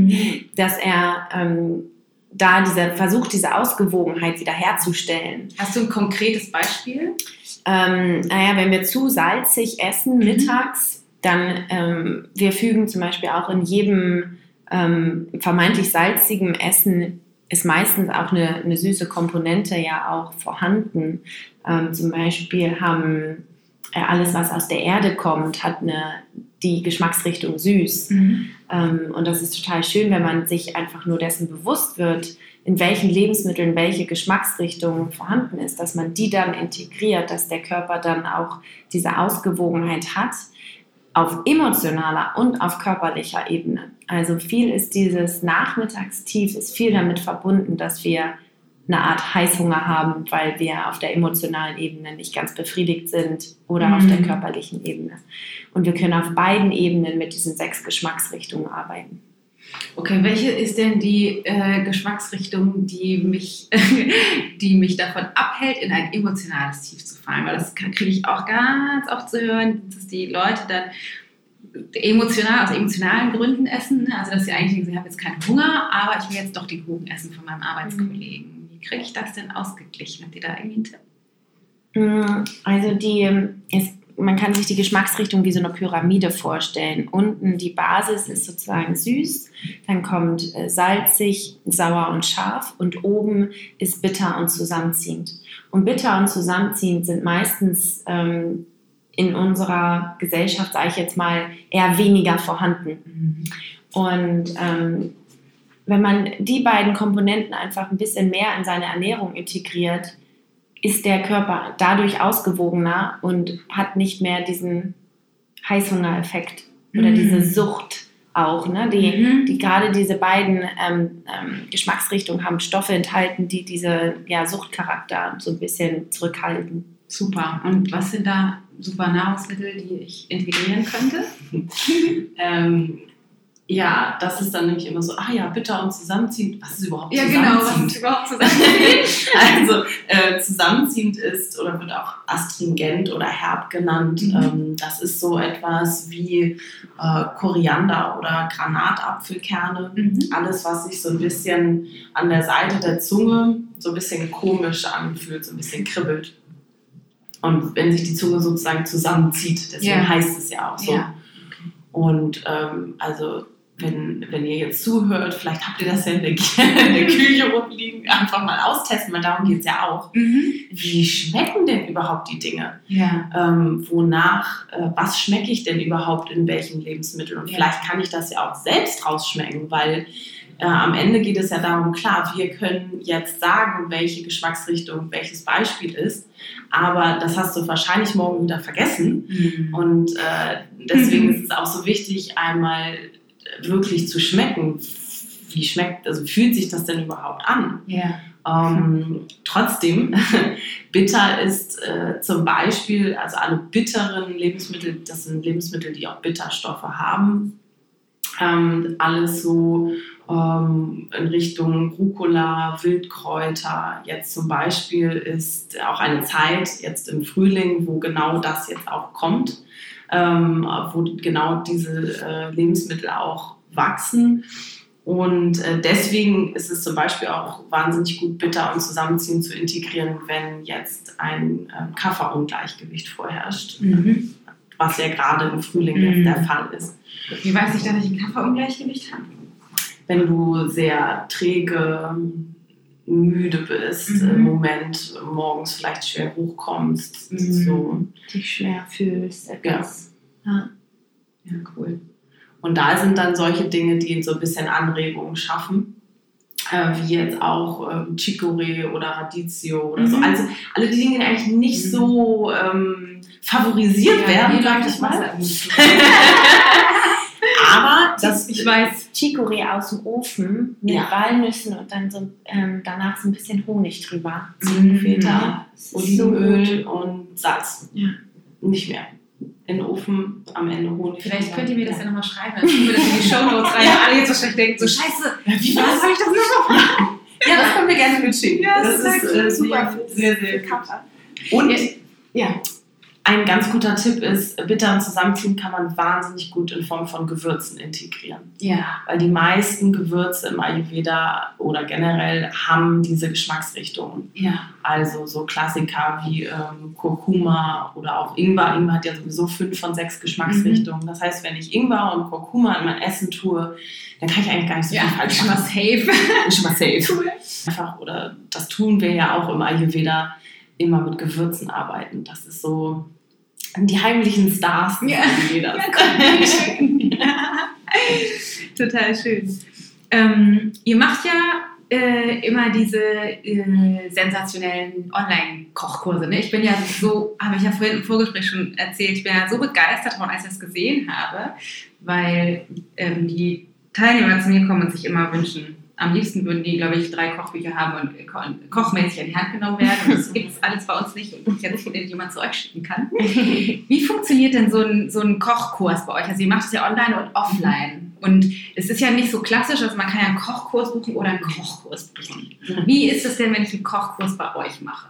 dass er ähm, da diese, versucht, diese Ausgewogenheit wiederherzustellen. Hast du ein konkretes Beispiel? Ähm, naja, wenn wir zu salzig essen mittags, dann ähm, wir fügen zum Beispiel auch in jedem ähm, vermeintlich salzigen Essen ist meistens auch eine, eine süße Komponente ja auch vorhanden. Ähm, zum Beispiel haben äh, alles, was aus der Erde kommt, hat eine, die Geschmacksrichtung süß. Mhm. Ähm, und das ist total schön, wenn man sich einfach nur dessen bewusst wird, in welchen Lebensmitteln welche Geschmacksrichtung vorhanden ist, dass man die dann integriert, dass der Körper dann auch diese Ausgewogenheit hat, auf emotionaler und auf körperlicher Ebene. Also viel ist dieses Nachmittagstief, ist viel damit verbunden, dass wir eine Art Heißhunger haben, weil wir auf der emotionalen Ebene nicht ganz befriedigt sind oder mhm. auf der körperlichen Ebene. Und wir können auf beiden Ebenen mit diesen sechs Geschmacksrichtungen arbeiten. Okay, welche ist denn die äh, Geschmacksrichtung, die mich, die mich davon abhält, in ein emotionales Tief zu fallen? Weil das kriege ich auch ganz oft zu hören, dass die Leute dann emotional, aus emotionalen Gründen essen. Ne? Also dass sie eigentlich denken, sie haben jetzt keinen Hunger, aber ich will jetzt doch den Kuchen essen von meinem Arbeitskollegen. Wie kriege ich das denn ausgeglichen? Habt ihr da irgendwie einen Tipp? Also die, es, man kann sich die Geschmacksrichtung wie so eine Pyramide vorstellen. Unten die Basis ist sozusagen süß, dann kommt äh, salzig, sauer und scharf und oben ist bitter und zusammenziehend. Und bitter und zusammenziehend sind meistens ähm, in unserer Gesellschaft, sage ich jetzt mal, eher weniger vorhanden. Mhm. Und ähm, wenn man die beiden Komponenten einfach ein bisschen mehr in seine Ernährung integriert, ist der Körper dadurch ausgewogener und hat nicht mehr diesen Heißhungereffekt oder mm. diese Sucht auch, ne? die, mm. die gerade diese beiden ähm, ähm, Geschmacksrichtungen haben Stoffe enthalten, die diese ja, Suchtcharakter so ein bisschen zurückhalten. Super. Und was sind da super Nahrungsmittel, die ich integrieren könnte? ähm, Ja, das ist dann nämlich immer so, ah ja, bitter und zusammenziehend. Was ist überhaupt ja, zusammenziehend? Ja, genau, was ist überhaupt zusammenziehend? Also äh, zusammenziehend ist oder wird auch astringent oder herb genannt. Mhm. Ähm, das ist so etwas wie äh, Koriander oder Granatapfelkerne. Mhm. Alles, was sich so ein bisschen an der Seite der Zunge so ein bisschen komisch anfühlt, so ein bisschen kribbelt. Und wenn sich die Zunge sozusagen zusammenzieht, deswegen ja. heißt es ja auch so. Ja. Okay. Und ähm, also Wenn, wenn ihr jetzt zuhört, vielleicht habt ihr das ja in der, in der Küche rumliegen, einfach mal austesten, weil darum geht es ja auch. Mhm. Wie schmecken denn überhaupt die Dinge? Ja. Ähm, wonach, äh, was schmecke ich denn überhaupt in welchen Lebensmitteln? Und ja. vielleicht kann ich das ja auch selbst rausschmecken, weil äh, am Ende geht es ja darum, klar, wir können jetzt sagen, welche Geschmacksrichtung welches Beispiel ist, aber das hast du wahrscheinlich morgen wieder vergessen. Mhm. Und äh, deswegen mhm. ist es auch so wichtig, einmal wirklich zu schmecken. Wie schmeckt, also fühlt sich das denn überhaupt an? Ja. Ähm, trotzdem, bitter ist äh, zum Beispiel, also alle bitteren Lebensmittel, das sind Lebensmittel, die auch Bitterstoffe haben. Ähm, alles so ähm, in Richtung Rucola, Wildkräuter. Jetzt zum Beispiel ist auch eine Zeit, jetzt im Frühling, wo genau das jetzt auch kommt. Ähm, wo genau diese äh, Lebensmittel auch wachsen. Und äh, deswegen ist es zum Beispiel auch wahnsinnig gut, bitter und zusammenziehen zu integrieren, wenn jetzt ein äh, Kafferungleichgewicht vorherrscht, mhm. was ja gerade im Frühling mhm. der Fall ist. Wie weiß ich, dass ich ein Kafferungleichgewicht habe? Wenn du sehr träge, müde bist, mhm. im Moment morgens vielleicht schwer hochkommst, mhm. so. Dich schwer fühlst, etwas. Ja. Ja. Ja, cool. Und da sind dann solche Dinge, die so ein bisschen Anregungen schaffen, äh, wie jetzt auch äh, Chicorée oder Radicchio oder mhm. so. Also alle die Dinge, die eigentlich nicht mhm. so ähm, favorisiert ja, werden, sag ich mal. Aber das, ich weiß, Chicorée aus dem Ofen mit ja. Walnüssen und dann so ähm, danach so ein bisschen Honig drüber. Ziegenfilter, mhm. Olivenöl so und Salz. Ja. Nicht mehr. In den Ofen, am Ende Honig. Vielleicht könnt ihr mir das ja nochmal schreiben, dann tun wir das in die Shownotes rein. Alle jetzt so schlecht denken, so scheiße, wie was habe ich das nicht gemacht? Ja, das können wir gerne mitschicken. Ja, das, das ist, ist äh, super. Sehr, sehr gut. Und ja. Ein ganz guter Tipp ist, bitter und zusammenziehen kann man wahnsinnig gut in Form von Gewürzen integrieren. Ja. Weil die meisten Gewürze im Ayurveda oder generell haben diese Geschmacksrichtungen. Ja. Also so Klassiker wie ähm, Kurkuma oder auch Ingwer. Ingwer hat ja sowieso fünf von sechs Geschmacksrichtungen. Mhm. Das heißt, wenn ich Ingwer und Kurkuma in mein Essen tue, dann kann ich eigentlich gar nicht so ja, viel falsch machen. Schon mal safe. Schon mal safe. Cool. Einfach, oder das tun wir ja auch im Ayurveda, immer mit Gewürzen arbeiten. Das ist so die heimlichen Stars. Ja, ja cool. Total schön. Ähm, ihr macht ja äh, immer diese äh, sensationellen Online-Kochkurse. Ne? Ich bin ja so, habe ich ja vorhin im Vorgespräch schon erzählt, ich bin ja so begeistert davon, als ich das gesehen habe, weil ähm, die Teilnehmer zu mir kommen und sich immer wünschen, am liebsten würden die, glaube ich, drei Kochbücher haben und ko- kochmäßig in die Hand genommen werden. Und das gibt es alles bei uns nicht und ich jetzt nicht, den jemand zu euch schicken kann. Wie funktioniert denn so ein, so ein Kochkurs bei euch? Also ihr macht es ja online und offline. Und es ist ja nicht so klassisch, also man kann ja einen Kochkurs buchen oder einen Kochkurs buchen. Wie ist es denn, wenn ich einen Kochkurs bei euch mache?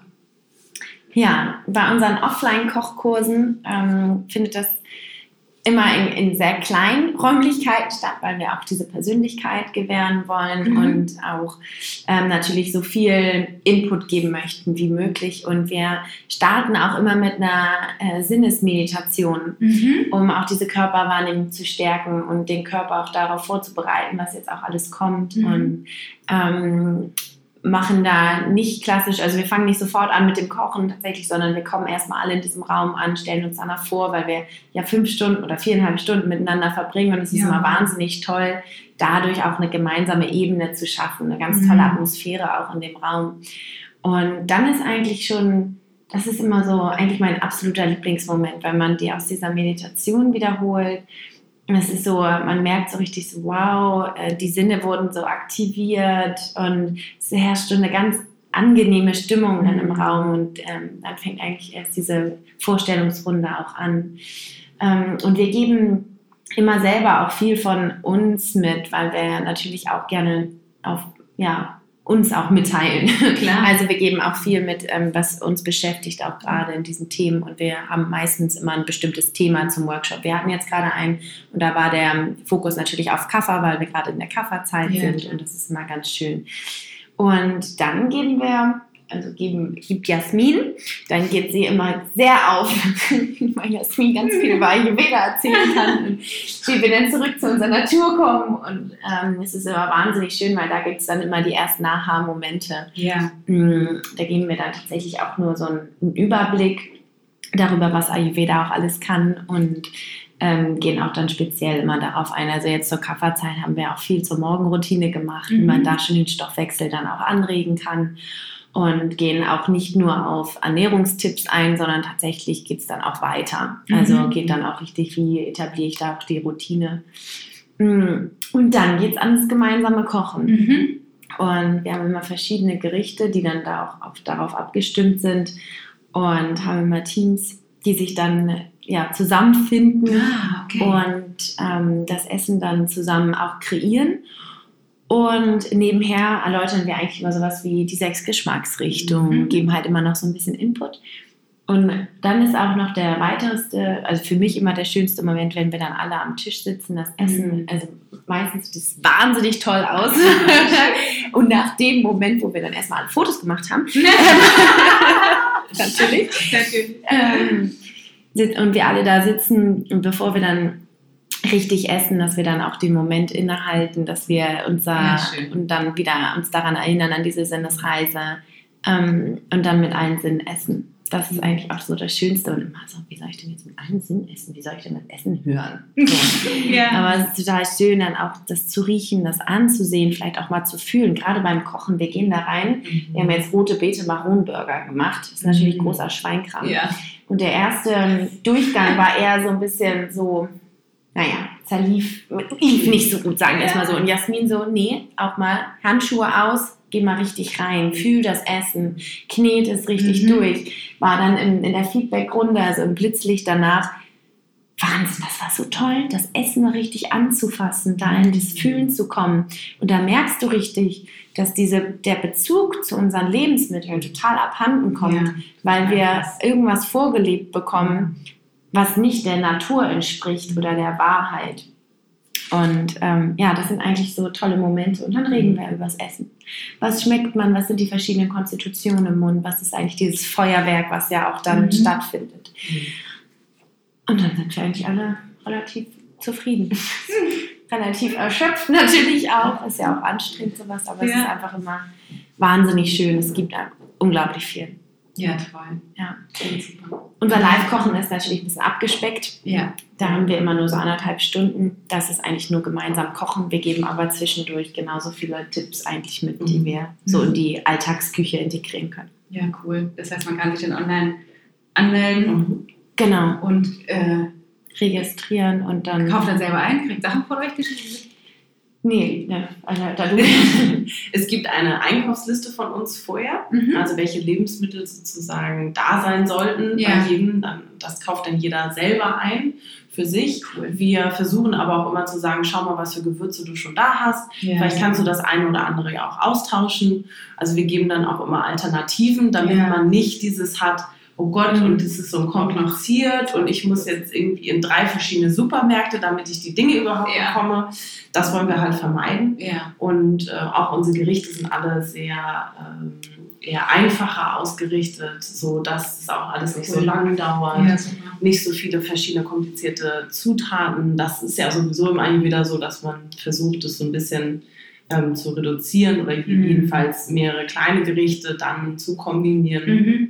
Ja, bei unseren Offline-Kochkursen ähm, findet das immer in, in sehr kleinen Räumlichkeiten statt, weil wir auch diese Persönlichkeit gewähren wollen mhm. und auch ähm, natürlich so viel Input geben möchten wie möglich. Und wir starten auch immer mit einer äh, Sinnesmeditation, mhm. um auch diese Körperwahrnehmung zu stärken und den Körper auch darauf vorzubereiten, was jetzt auch alles kommt. Mhm. Und ähm, machen da nicht klassisch, also wir fangen nicht sofort an mit dem Kochen tatsächlich, sondern wir kommen erstmal alle in diesem Raum an, stellen uns danach vor, weil wir ja fünf Stunden oder viereinhalb Stunden miteinander verbringen und es ist ja. immer wahnsinnig toll, dadurch auch eine gemeinsame Ebene zu schaffen, eine ganz tolle Atmosphäre auch in dem Raum. Und dann ist eigentlich schon, das ist immer so eigentlich mein absoluter Lieblingsmoment, weil man die aus dieser Meditation wiederholt. Es ist so, man merkt so richtig so, wow, die Sinne wurden so aktiviert und es herrscht eine ganz angenehme Stimmung dann im Raum und ähm, dann fängt eigentlich erst diese Vorstellungsrunde auch an. Ähm, und wir geben immer selber auch viel von uns mit, weil wir natürlich auch gerne auf, ja, uns auch mitteilen. Klar. Also wir geben auch viel mit, ähm, was uns beschäftigt, auch gerade in diesen Themen. Und wir haben meistens immer ein bestimmtes Thema zum Workshop. Wir hatten jetzt gerade einen und da war der Fokus natürlich auf Kaffer, weil wir gerade in der Kafferzeit ja. sind und das ist immer ganz schön. Und dann geben wir, also geben, gibt Jasmin, dann geht sie immer sehr auf, weil Jasmin ganz viel über Ayurveda erzählen kann und wie wir dann zurück zu unserer Natur kommen und ähm, es ist immer wahnsinnig schön, weil da gibt es dann immer die ersten Aha-Momente. Ja. Da geben wir dann tatsächlich auch nur so einen Überblick darüber, was Ayurveda auch alles kann und ähm, gehen auch dann speziell immer darauf ein. Also jetzt zur Kafferzeit haben wir auch viel zur Morgenroutine gemacht, mhm. wie man da schon den Stoffwechsel dann auch anregen kann. Und gehen auch nicht nur auf Ernährungstipps ein, sondern tatsächlich geht es dann auch weiter. Also mhm. geht dann auch richtig, wie etabliere ich da auch die Routine. Und dann geht es ans gemeinsame Kochen. Mhm. Und wir haben immer verschiedene Gerichte, die dann da auch auf, darauf abgestimmt sind. Und haben immer Teams, die sich dann ja, zusammenfinden ah, okay. und ähm, das Essen dann zusammen auch kreieren. Und nebenher erläutern wir eigentlich immer sowas wie die sechs Geschmacksrichtungen, mhm. geben halt immer noch so ein bisschen Input. Und dann ist auch noch der weiterste, also für mich immer der schönste Moment, wenn wir dann alle am Tisch sitzen, das Essen, mhm. also meistens sieht es wahnsinnig toll aus. Und nach dem Moment, wo wir dann erstmal alle Fotos gemacht haben, natürlich, natürlich. Ähm, und wir alle da sitzen und bevor wir dann richtig essen, dass wir dann auch den Moment innehalten, dass wir uns da ja, und dann wieder uns daran erinnern, an diese Sinnesreise ähm, und dann mit allen Sinnen essen. Das ist eigentlich auch so das Schönste und immer so, wie soll ich denn jetzt mit allen Sinnen essen? Wie soll ich denn das Essen hören? So. Ja. Aber es ist total schön, dann auch das zu riechen, das anzusehen, vielleicht auch mal zu fühlen. Gerade beim Kochen, wir gehen da rein, mhm. wir haben jetzt rote Beete Maronenburger gemacht. Das ist natürlich mhm. großer Schweinkram. Ja. Und der erste Durchgang war eher so ein bisschen so, naja, zerlief, lief nicht so gut, sagen wir es mal so. Und Jasmin so, nee, auch mal Handschuhe aus, geh mal richtig rein, fühl das Essen, knet es richtig mhm. durch. War dann in, in der Feedback-Runde, also im Blitzlicht danach, Wahnsinn, das war so toll, das Essen mal richtig anzufassen, da in das Fühlen zu kommen. Und da merkst du richtig, dass diese, der Bezug zu unseren Lebensmitteln total abhanden kommt, ja. weil wir irgendwas vorgelebt bekommen, was nicht der Natur entspricht oder der Wahrheit. Und ähm, ja, das sind eigentlich so tolle Momente. Und dann reden wir über das Essen. Was schmeckt man? Was sind die verschiedenen Konstitutionen im Mund? Was ist eigentlich dieses Feuerwerk, was ja auch dann mhm. stattfindet? Mhm. Und dann sind wir eigentlich alle relativ zufrieden. Relativ erschöpft natürlich auch. Ist ja auch anstrengend sowas, aber ja. es ist einfach immer wahnsinnig schön. Es gibt unglaublich viel. Ja, toll. Ja, super. Unser Live-Kochen ist natürlich ein bisschen abgespeckt. Ja. Da haben wir immer nur so anderthalb Stunden. Das ist eigentlich nur gemeinsam kochen. Wir geben aber zwischendurch genauso viele Tipps eigentlich mit, die wir so in die Alltagsküche integrieren können. Ja, cool. Das heißt, man kann sich dann online anmelden Mhm. Genau. und äh, Registrieren und dann... kauft dann selber ein, kriegt Sachen von euch geschickt. Nee, ne, also da du... Es gibt eine Einkaufsliste von uns vorher, Mhm. also welche Lebensmittel sozusagen da sein sollten Ja. bei jedem. Dann, das kauft dann jeder selber ein für sich. Cool. Wir versuchen aber auch immer zu sagen, schau mal, was für Gewürze du schon da hast. Ja. Vielleicht kannst du das eine oder andere ja auch austauschen. Also wir geben dann auch immer Alternativen, damit Ja. man nicht dieses hat, oh Gott, Mhm. und das ist so kompliziert und ich muss jetzt irgendwie in drei verschiedene Supermärkte, damit ich die Dinge überhaupt Ja. bekomme. Das wollen wir halt vermeiden. Ja. Und äh, auch unsere Gerichte sind alle sehr ähm, eher einfacher ausgerichtet, sodass es auch alles nicht so Cool. lang dauert. Ja, super. Nicht so viele verschiedene komplizierte Zutaten. Das ist ja sowieso im Ayurveda so, dass man versucht, es so ein bisschen ähm, zu reduzieren oder Mhm. jedenfalls mehrere kleine Gerichte dann zu kombinieren. Mhm.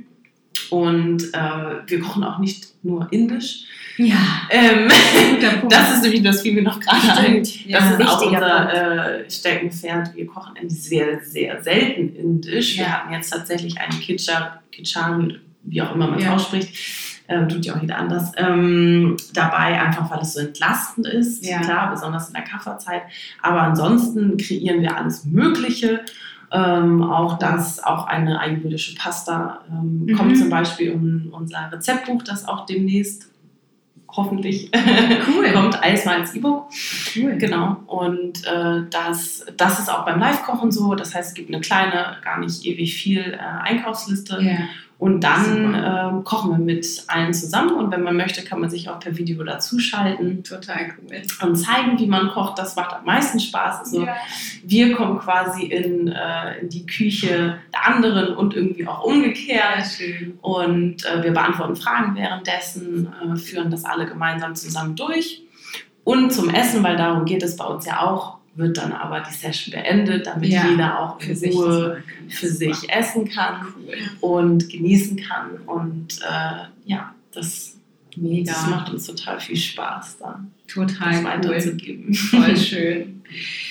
Und äh, wir kochen auch nicht nur indisch. Ja. Ähm, Guter Punkt. das ist nämlich, das fiel mir noch gerade ein. Ja. Das ist auch wichtiger unser äh, Steckenpferd. Wir kochen sehr, sehr selten indisch. Ja. Wir hatten jetzt tatsächlich eine Kitcha, Kitchari, wie auch immer man es Ja. ausspricht, ähm, tut ja auch jeder anders, ähm, dabei, einfach weil es so entlastend ist, Ja. klar, besonders in der Kafferzeit. Aber ansonsten kreieren wir alles Mögliche. Ähm, auch das, auch eine ayurvedische Pasta ähm, Mhm. kommt zum Beispiel in unser Rezeptbuch, das auch demnächst hoffentlich Cool. kommt, alles mal als E-Book. Cool. Genau. Und äh, das, das ist auch beim Live-Kochen so. Das heißt, es gibt eine kleine, gar nicht ewig viel äh, Einkaufsliste. Ja. Und dann Super. ähm, kochen wir mit allen zusammen. Und wenn man möchte, kann man sich auch per Video dazuschalten Total cool. und zeigen, wie man kocht. Das macht am meisten Spaß. Also Ja. wir kommen quasi in, äh, in die Küche der anderen und irgendwie auch umgekehrt. schön. Und äh, wir beantworten Fragen währenddessen, äh, führen das alle gemeinsam zusammen durch. Und zum Essen, weil darum geht es bei uns ja auch, wird dann aber die Session beendet, damit Ja, jeder auch in für sich Ruhe das machen kann. für Ja, sich super. essen kann Cool. und genießen kann. Und äh, ja, das, Mega. das macht uns total viel Spaß, dann das Total cool. weiterzugeben. Voll schön.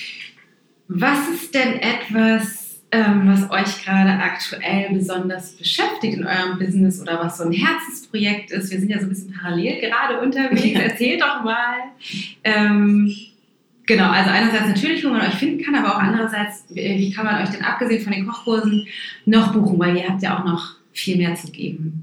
Was ist denn etwas, ähm, was euch gerade aktuell besonders beschäftigt in eurem Business oder was so ein Herzensprojekt ist? Wir sind ja so ein bisschen parallel gerade unterwegs. Ja. Erzählt doch mal. Ähm, genau, also einerseits natürlich, wo man euch finden kann, aber auch andererseits, wie kann man euch denn abgesehen von den Kochkursen noch buchen? Weil ihr habt ja auch noch viel mehr zu geben.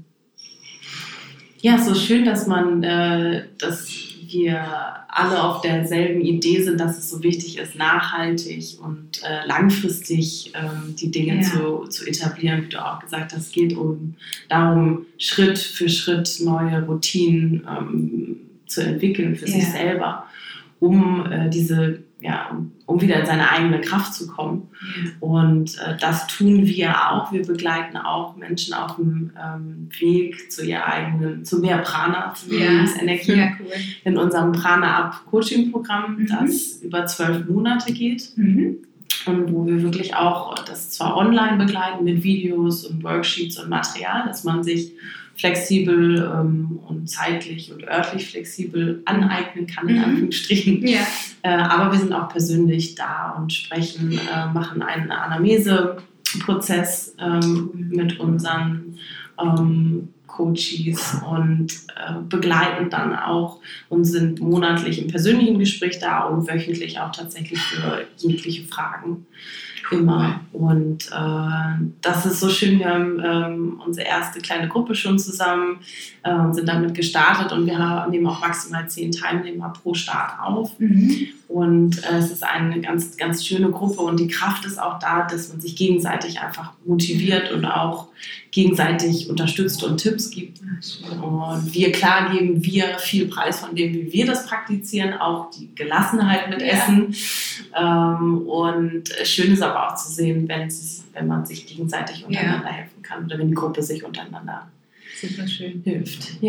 Ja, so schön, dass man, äh, dass wir alle auf derselben Idee sind, dass es so wichtig ist, nachhaltig und äh, langfristig ähm, die Dinge Ja. zu, zu etablieren, wie du auch gesagt hast. Es geht um darum, Schritt für Schritt neue Routinen ähm, zu entwickeln für Ja. sich selber, um äh, diese, ja, um, um wieder in seine eigene Kraft zu kommen. Und äh, das tun wir auch. Wir begleiten auch Menschen auf dem ähm, Weg zu ihr eigenen, zu mehr Prana, zu mehr Ja. Lebensenergie Ja, cool. in unserem Prana-Up-Coaching-Programm, Mhm. das über zwölf Monate geht. Mhm. Und wo wir wirklich auch das zwar online begleiten mit Videos und Worksheets und Material, dass man sich flexibel ähm, und zeitlich und örtlich flexibel aneignen kann, in Mhm. Anführungsstrichen. Ja. Äh, aber wir sind auch persönlich da und sprechen, äh, machen einen Anamnese-Prozess ähm, mit unseren ähm, Coaches und äh, begleiten dann auch und sind monatlich im persönlichen Gespräch da und wöchentlich auch tatsächlich für jegliche Fragen immer. Und äh, das ist so schön, wir haben ähm, unsere erste kleine Gruppe schon zusammen äh, und sind damit gestartet und wir haben, nehmen auch maximal zehn Teilnehmer pro Start auf. Mhm. Und äh, es ist eine ganz, ganz schöne Gruppe und die Kraft ist auch da, dass man sich gegenseitig einfach motiviert und auch gegenseitig unterstützt und Tipps gibt. Und wir, klar, geben wir viel Preis von dem, wie wir das praktizieren, auch die Gelassenheit mit Ja. Essen. Ähm, und schön ist aber auch zu sehen, wenn, es, wenn man sich gegenseitig untereinander helfen kann oder wenn die Gruppe sich untereinander Super schön. hilft. Ja.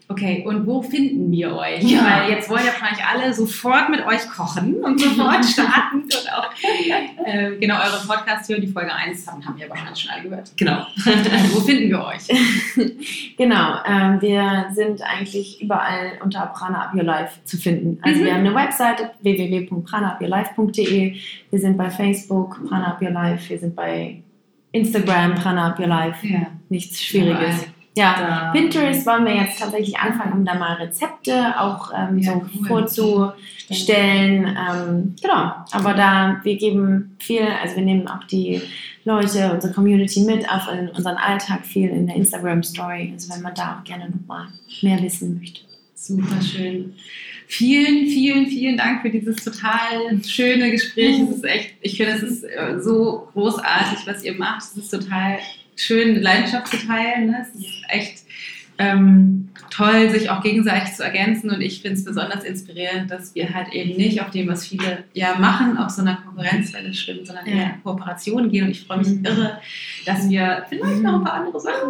Okay, und wo finden wir euch? Ja. Weil jetzt wollen ja wahrscheinlich alle sofort mit euch kochen und sofort starten und auch äh, genau eure Podcast hören. Die Folge eins haben, haben wir wahrscheinlich schon alle gehört. Genau. Wo finden wir euch? Genau, ähm, wir sind eigentlich überall unter Prana Up Your Life zu finden. Also mhm. wir haben eine Webseite w w w punkt prana up your life punkt d e. Wir sind bei Facebook Prana Up Your Life. Wir sind bei Instagram Prana Up Your Life. Ja. Nichts Schwieriges. Ja. Ja, da. Pinterest wollen wir jetzt tatsächlich anfangen, um da mal Rezepte auch ähm, ja, so cool. vorzustellen. Ähm, genau, aber da, wir geben viel, also wir nehmen auch die Leute, unsere Community mit auf in unseren Alltag, viel in der Instagram-Story, also wenn man da auch gerne nochmal mehr wissen möchte. Super schön. Vielen, vielen, vielen Dank für dieses total schöne Gespräch. Es ist echt, ich finde, es ist so großartig, was ihr macht. Es ist total schön, Leidenschaft zu teilen. Ne? Es ist echt ähm, toll, sich auch gegenseitig zu ergänzen. Und ich finde es besonders inspirierend, dass wir halt eben nicht auf dem, was viele ja machen, auf so einer Konkurrenzwelle schwimmen, sondern eher in Kooperation gehen. Und ich freue mich mhm. irre, dass wir vielleicht noch ein paar andere Sachen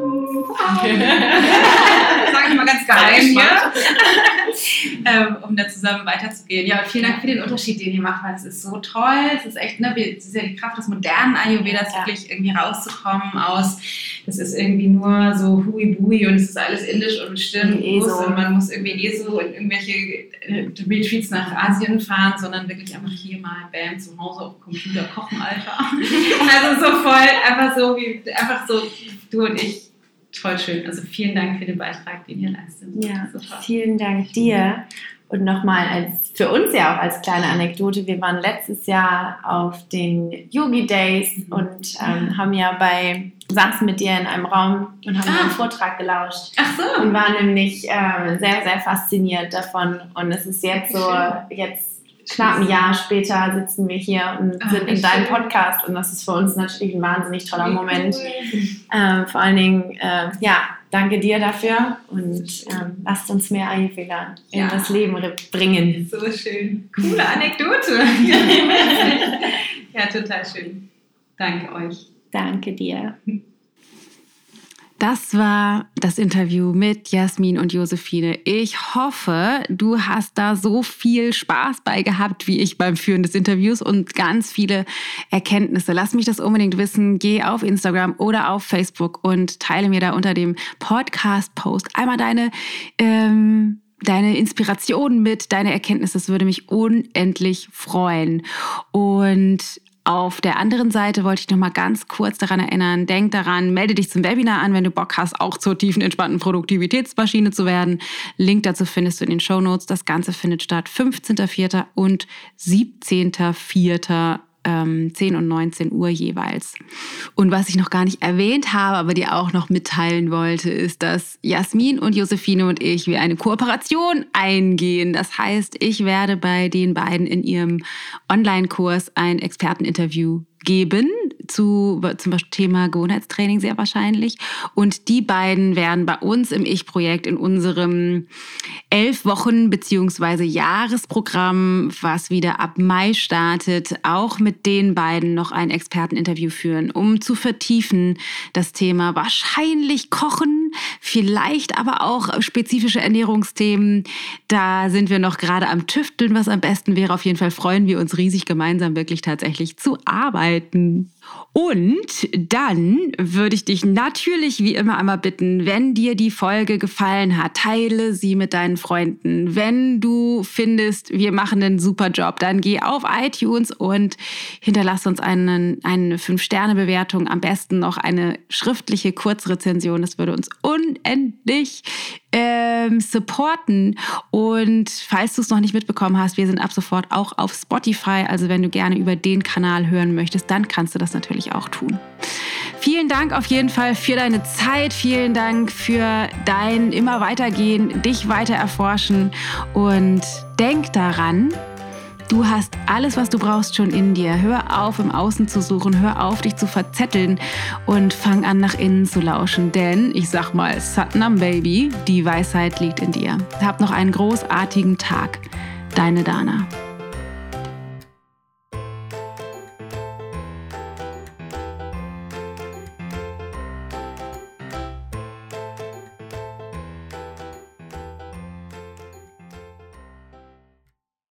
sage ich mal ganz geheim, ja? ähm, um da zusammen weiterzugehen. Ja, und vielen Dank für den Unterschied, den ihr macht, weil es ist so toll. Es ist echt, ne, es ist ja die Kraft des modernen Ayurvedas, ja. wirklich irgendwie rauszukommen aus, das ist irgendwie nur so hui-bui und es ist alles indisch und bestimmt muss und man muss irgendwie eh so in irgendwelche Retreats nach Asien fahren, sondern wirklich einfach hier mal bam, zu Hause auf dem Computer kochen, Alter. Also so voll, einfach so wie, einfach so du und ich. Voll schön. Also vielen Dank für den Beitrag, den ihr leistet. Ja, so vielen Dank dir. Und nochmal als für uns ja auch als kleine Anekdote, wir waren letztes Jahr auf den Yogi Days mhm. und ähm, haben ja bei, saßen mit dir in einem Raum und haben ah. einen Vortrag gelauscht. Ach so. Und waren nämlich äh, sehr, sehr fasziniert davon. Und es ist jetzt so, jetzt knapp ein Jahr später sitzen wir hier und sind Ach, in deinem Podcast und das ist für uns natürlich ein wahnsinnig toller Moment. Ähm, vor allen Dingen, äh, ja, danke dir dafür und ähm, lasst uns mehr Ayurveda in ja. das Leben bringen. So schön. Coole Anekdote. Ja, total schön. Danke euch. Danke dir. Das war das Interview mit Jasmin und Josephine. Ich hoffe, du hast da so viel Spaß bei gehabt, wie ich beim Führen des Interviews und ganz viele Erkenntnisse. Lass mich das unbedingt wissen. Geh auf Instagram oder auf Facebook und teile mir da unter dem Podcast-Post einmal deine, ähm, deine Inspirationen mit, deine Erkenntnisse. Das würde mich unendlich freuen. Und auf der anderen Seite wollte ich noch mal ganz kurz daran erinnern, denk daran, melde dich zum Webinar an, wenn du Bock hast, auch zur tiefen, entspannten Produktivitätsmaschine zu werden. Link dazu findest du in den Shownotes. Das Ganze findet statt fünfzehnter vierter und siebzehnter vierter Ähm, zehn und neunzehn Uhr jeweils. Und was ich noch gar nicht erwähnt habe, aber dir auch noch mitteilen wollte, ist, dass Jasmin und Josephine und ich wir eine Kooperation eingehen. Das heißt, ich werde bei den beiden in ihrem Online-Kurs ein Experteninterview geben zu zum Beispiel Thema Gewohnheitstraining sehr wahrscheinlich. Und die beiden werden bei uns im Ich-Projekt in unserem elf Wochen beziehungsweise Jahresprogramm, was wieder ab Mai startet, auch mit den beiden noch ein Experteninterview führen, um zu vertiefen das Thema wahrscheinlich Kochen, vielleicht aber auch spezifische Ernährungsthemen. Da sind wir noch gerade am Tüfteln, was am besten wäre. Auf jeden Fall freuen wir uns riesig, gemeinsam wirklich tatsächlich zu arbeiten. Und dann würde ich dich natürlich wie immer einmal bitten, wenn dir die Folge gefallen hat, teile sie mit deinen Freunden. Wenn du findest, wir machen einen super Job, dann geh auf iTunes und hinterlass uns einen, eine fünf Sterne Bewertung. Am besten noch eine schriftliche Kurzrezension. Das würde uns unendlich ähm, supporten. Und falls du es noch nicht mitbekommen hast, wir sind ab sofort auch auf Spotify. Also wenn du gerne über den Kanal hören möchtest, dann kannst du das natürlich auch tun. Vielen Dank auf jeden Fall für deine Zeit. Vielen Dank für dein immer weitergehen, dich weiter erforschen. Und denk daran, du hast alles, was du brauchst, schon in dir. Hör auf, im Außen zu suchen. Hör auf, dich zu verzetteln und fang an, nach innen zu lauschen. Denn, ich sag mal, Satnam Baby, die Weisheit liegt in dir. Hab noch einen großartigen Tag. Deine Dana.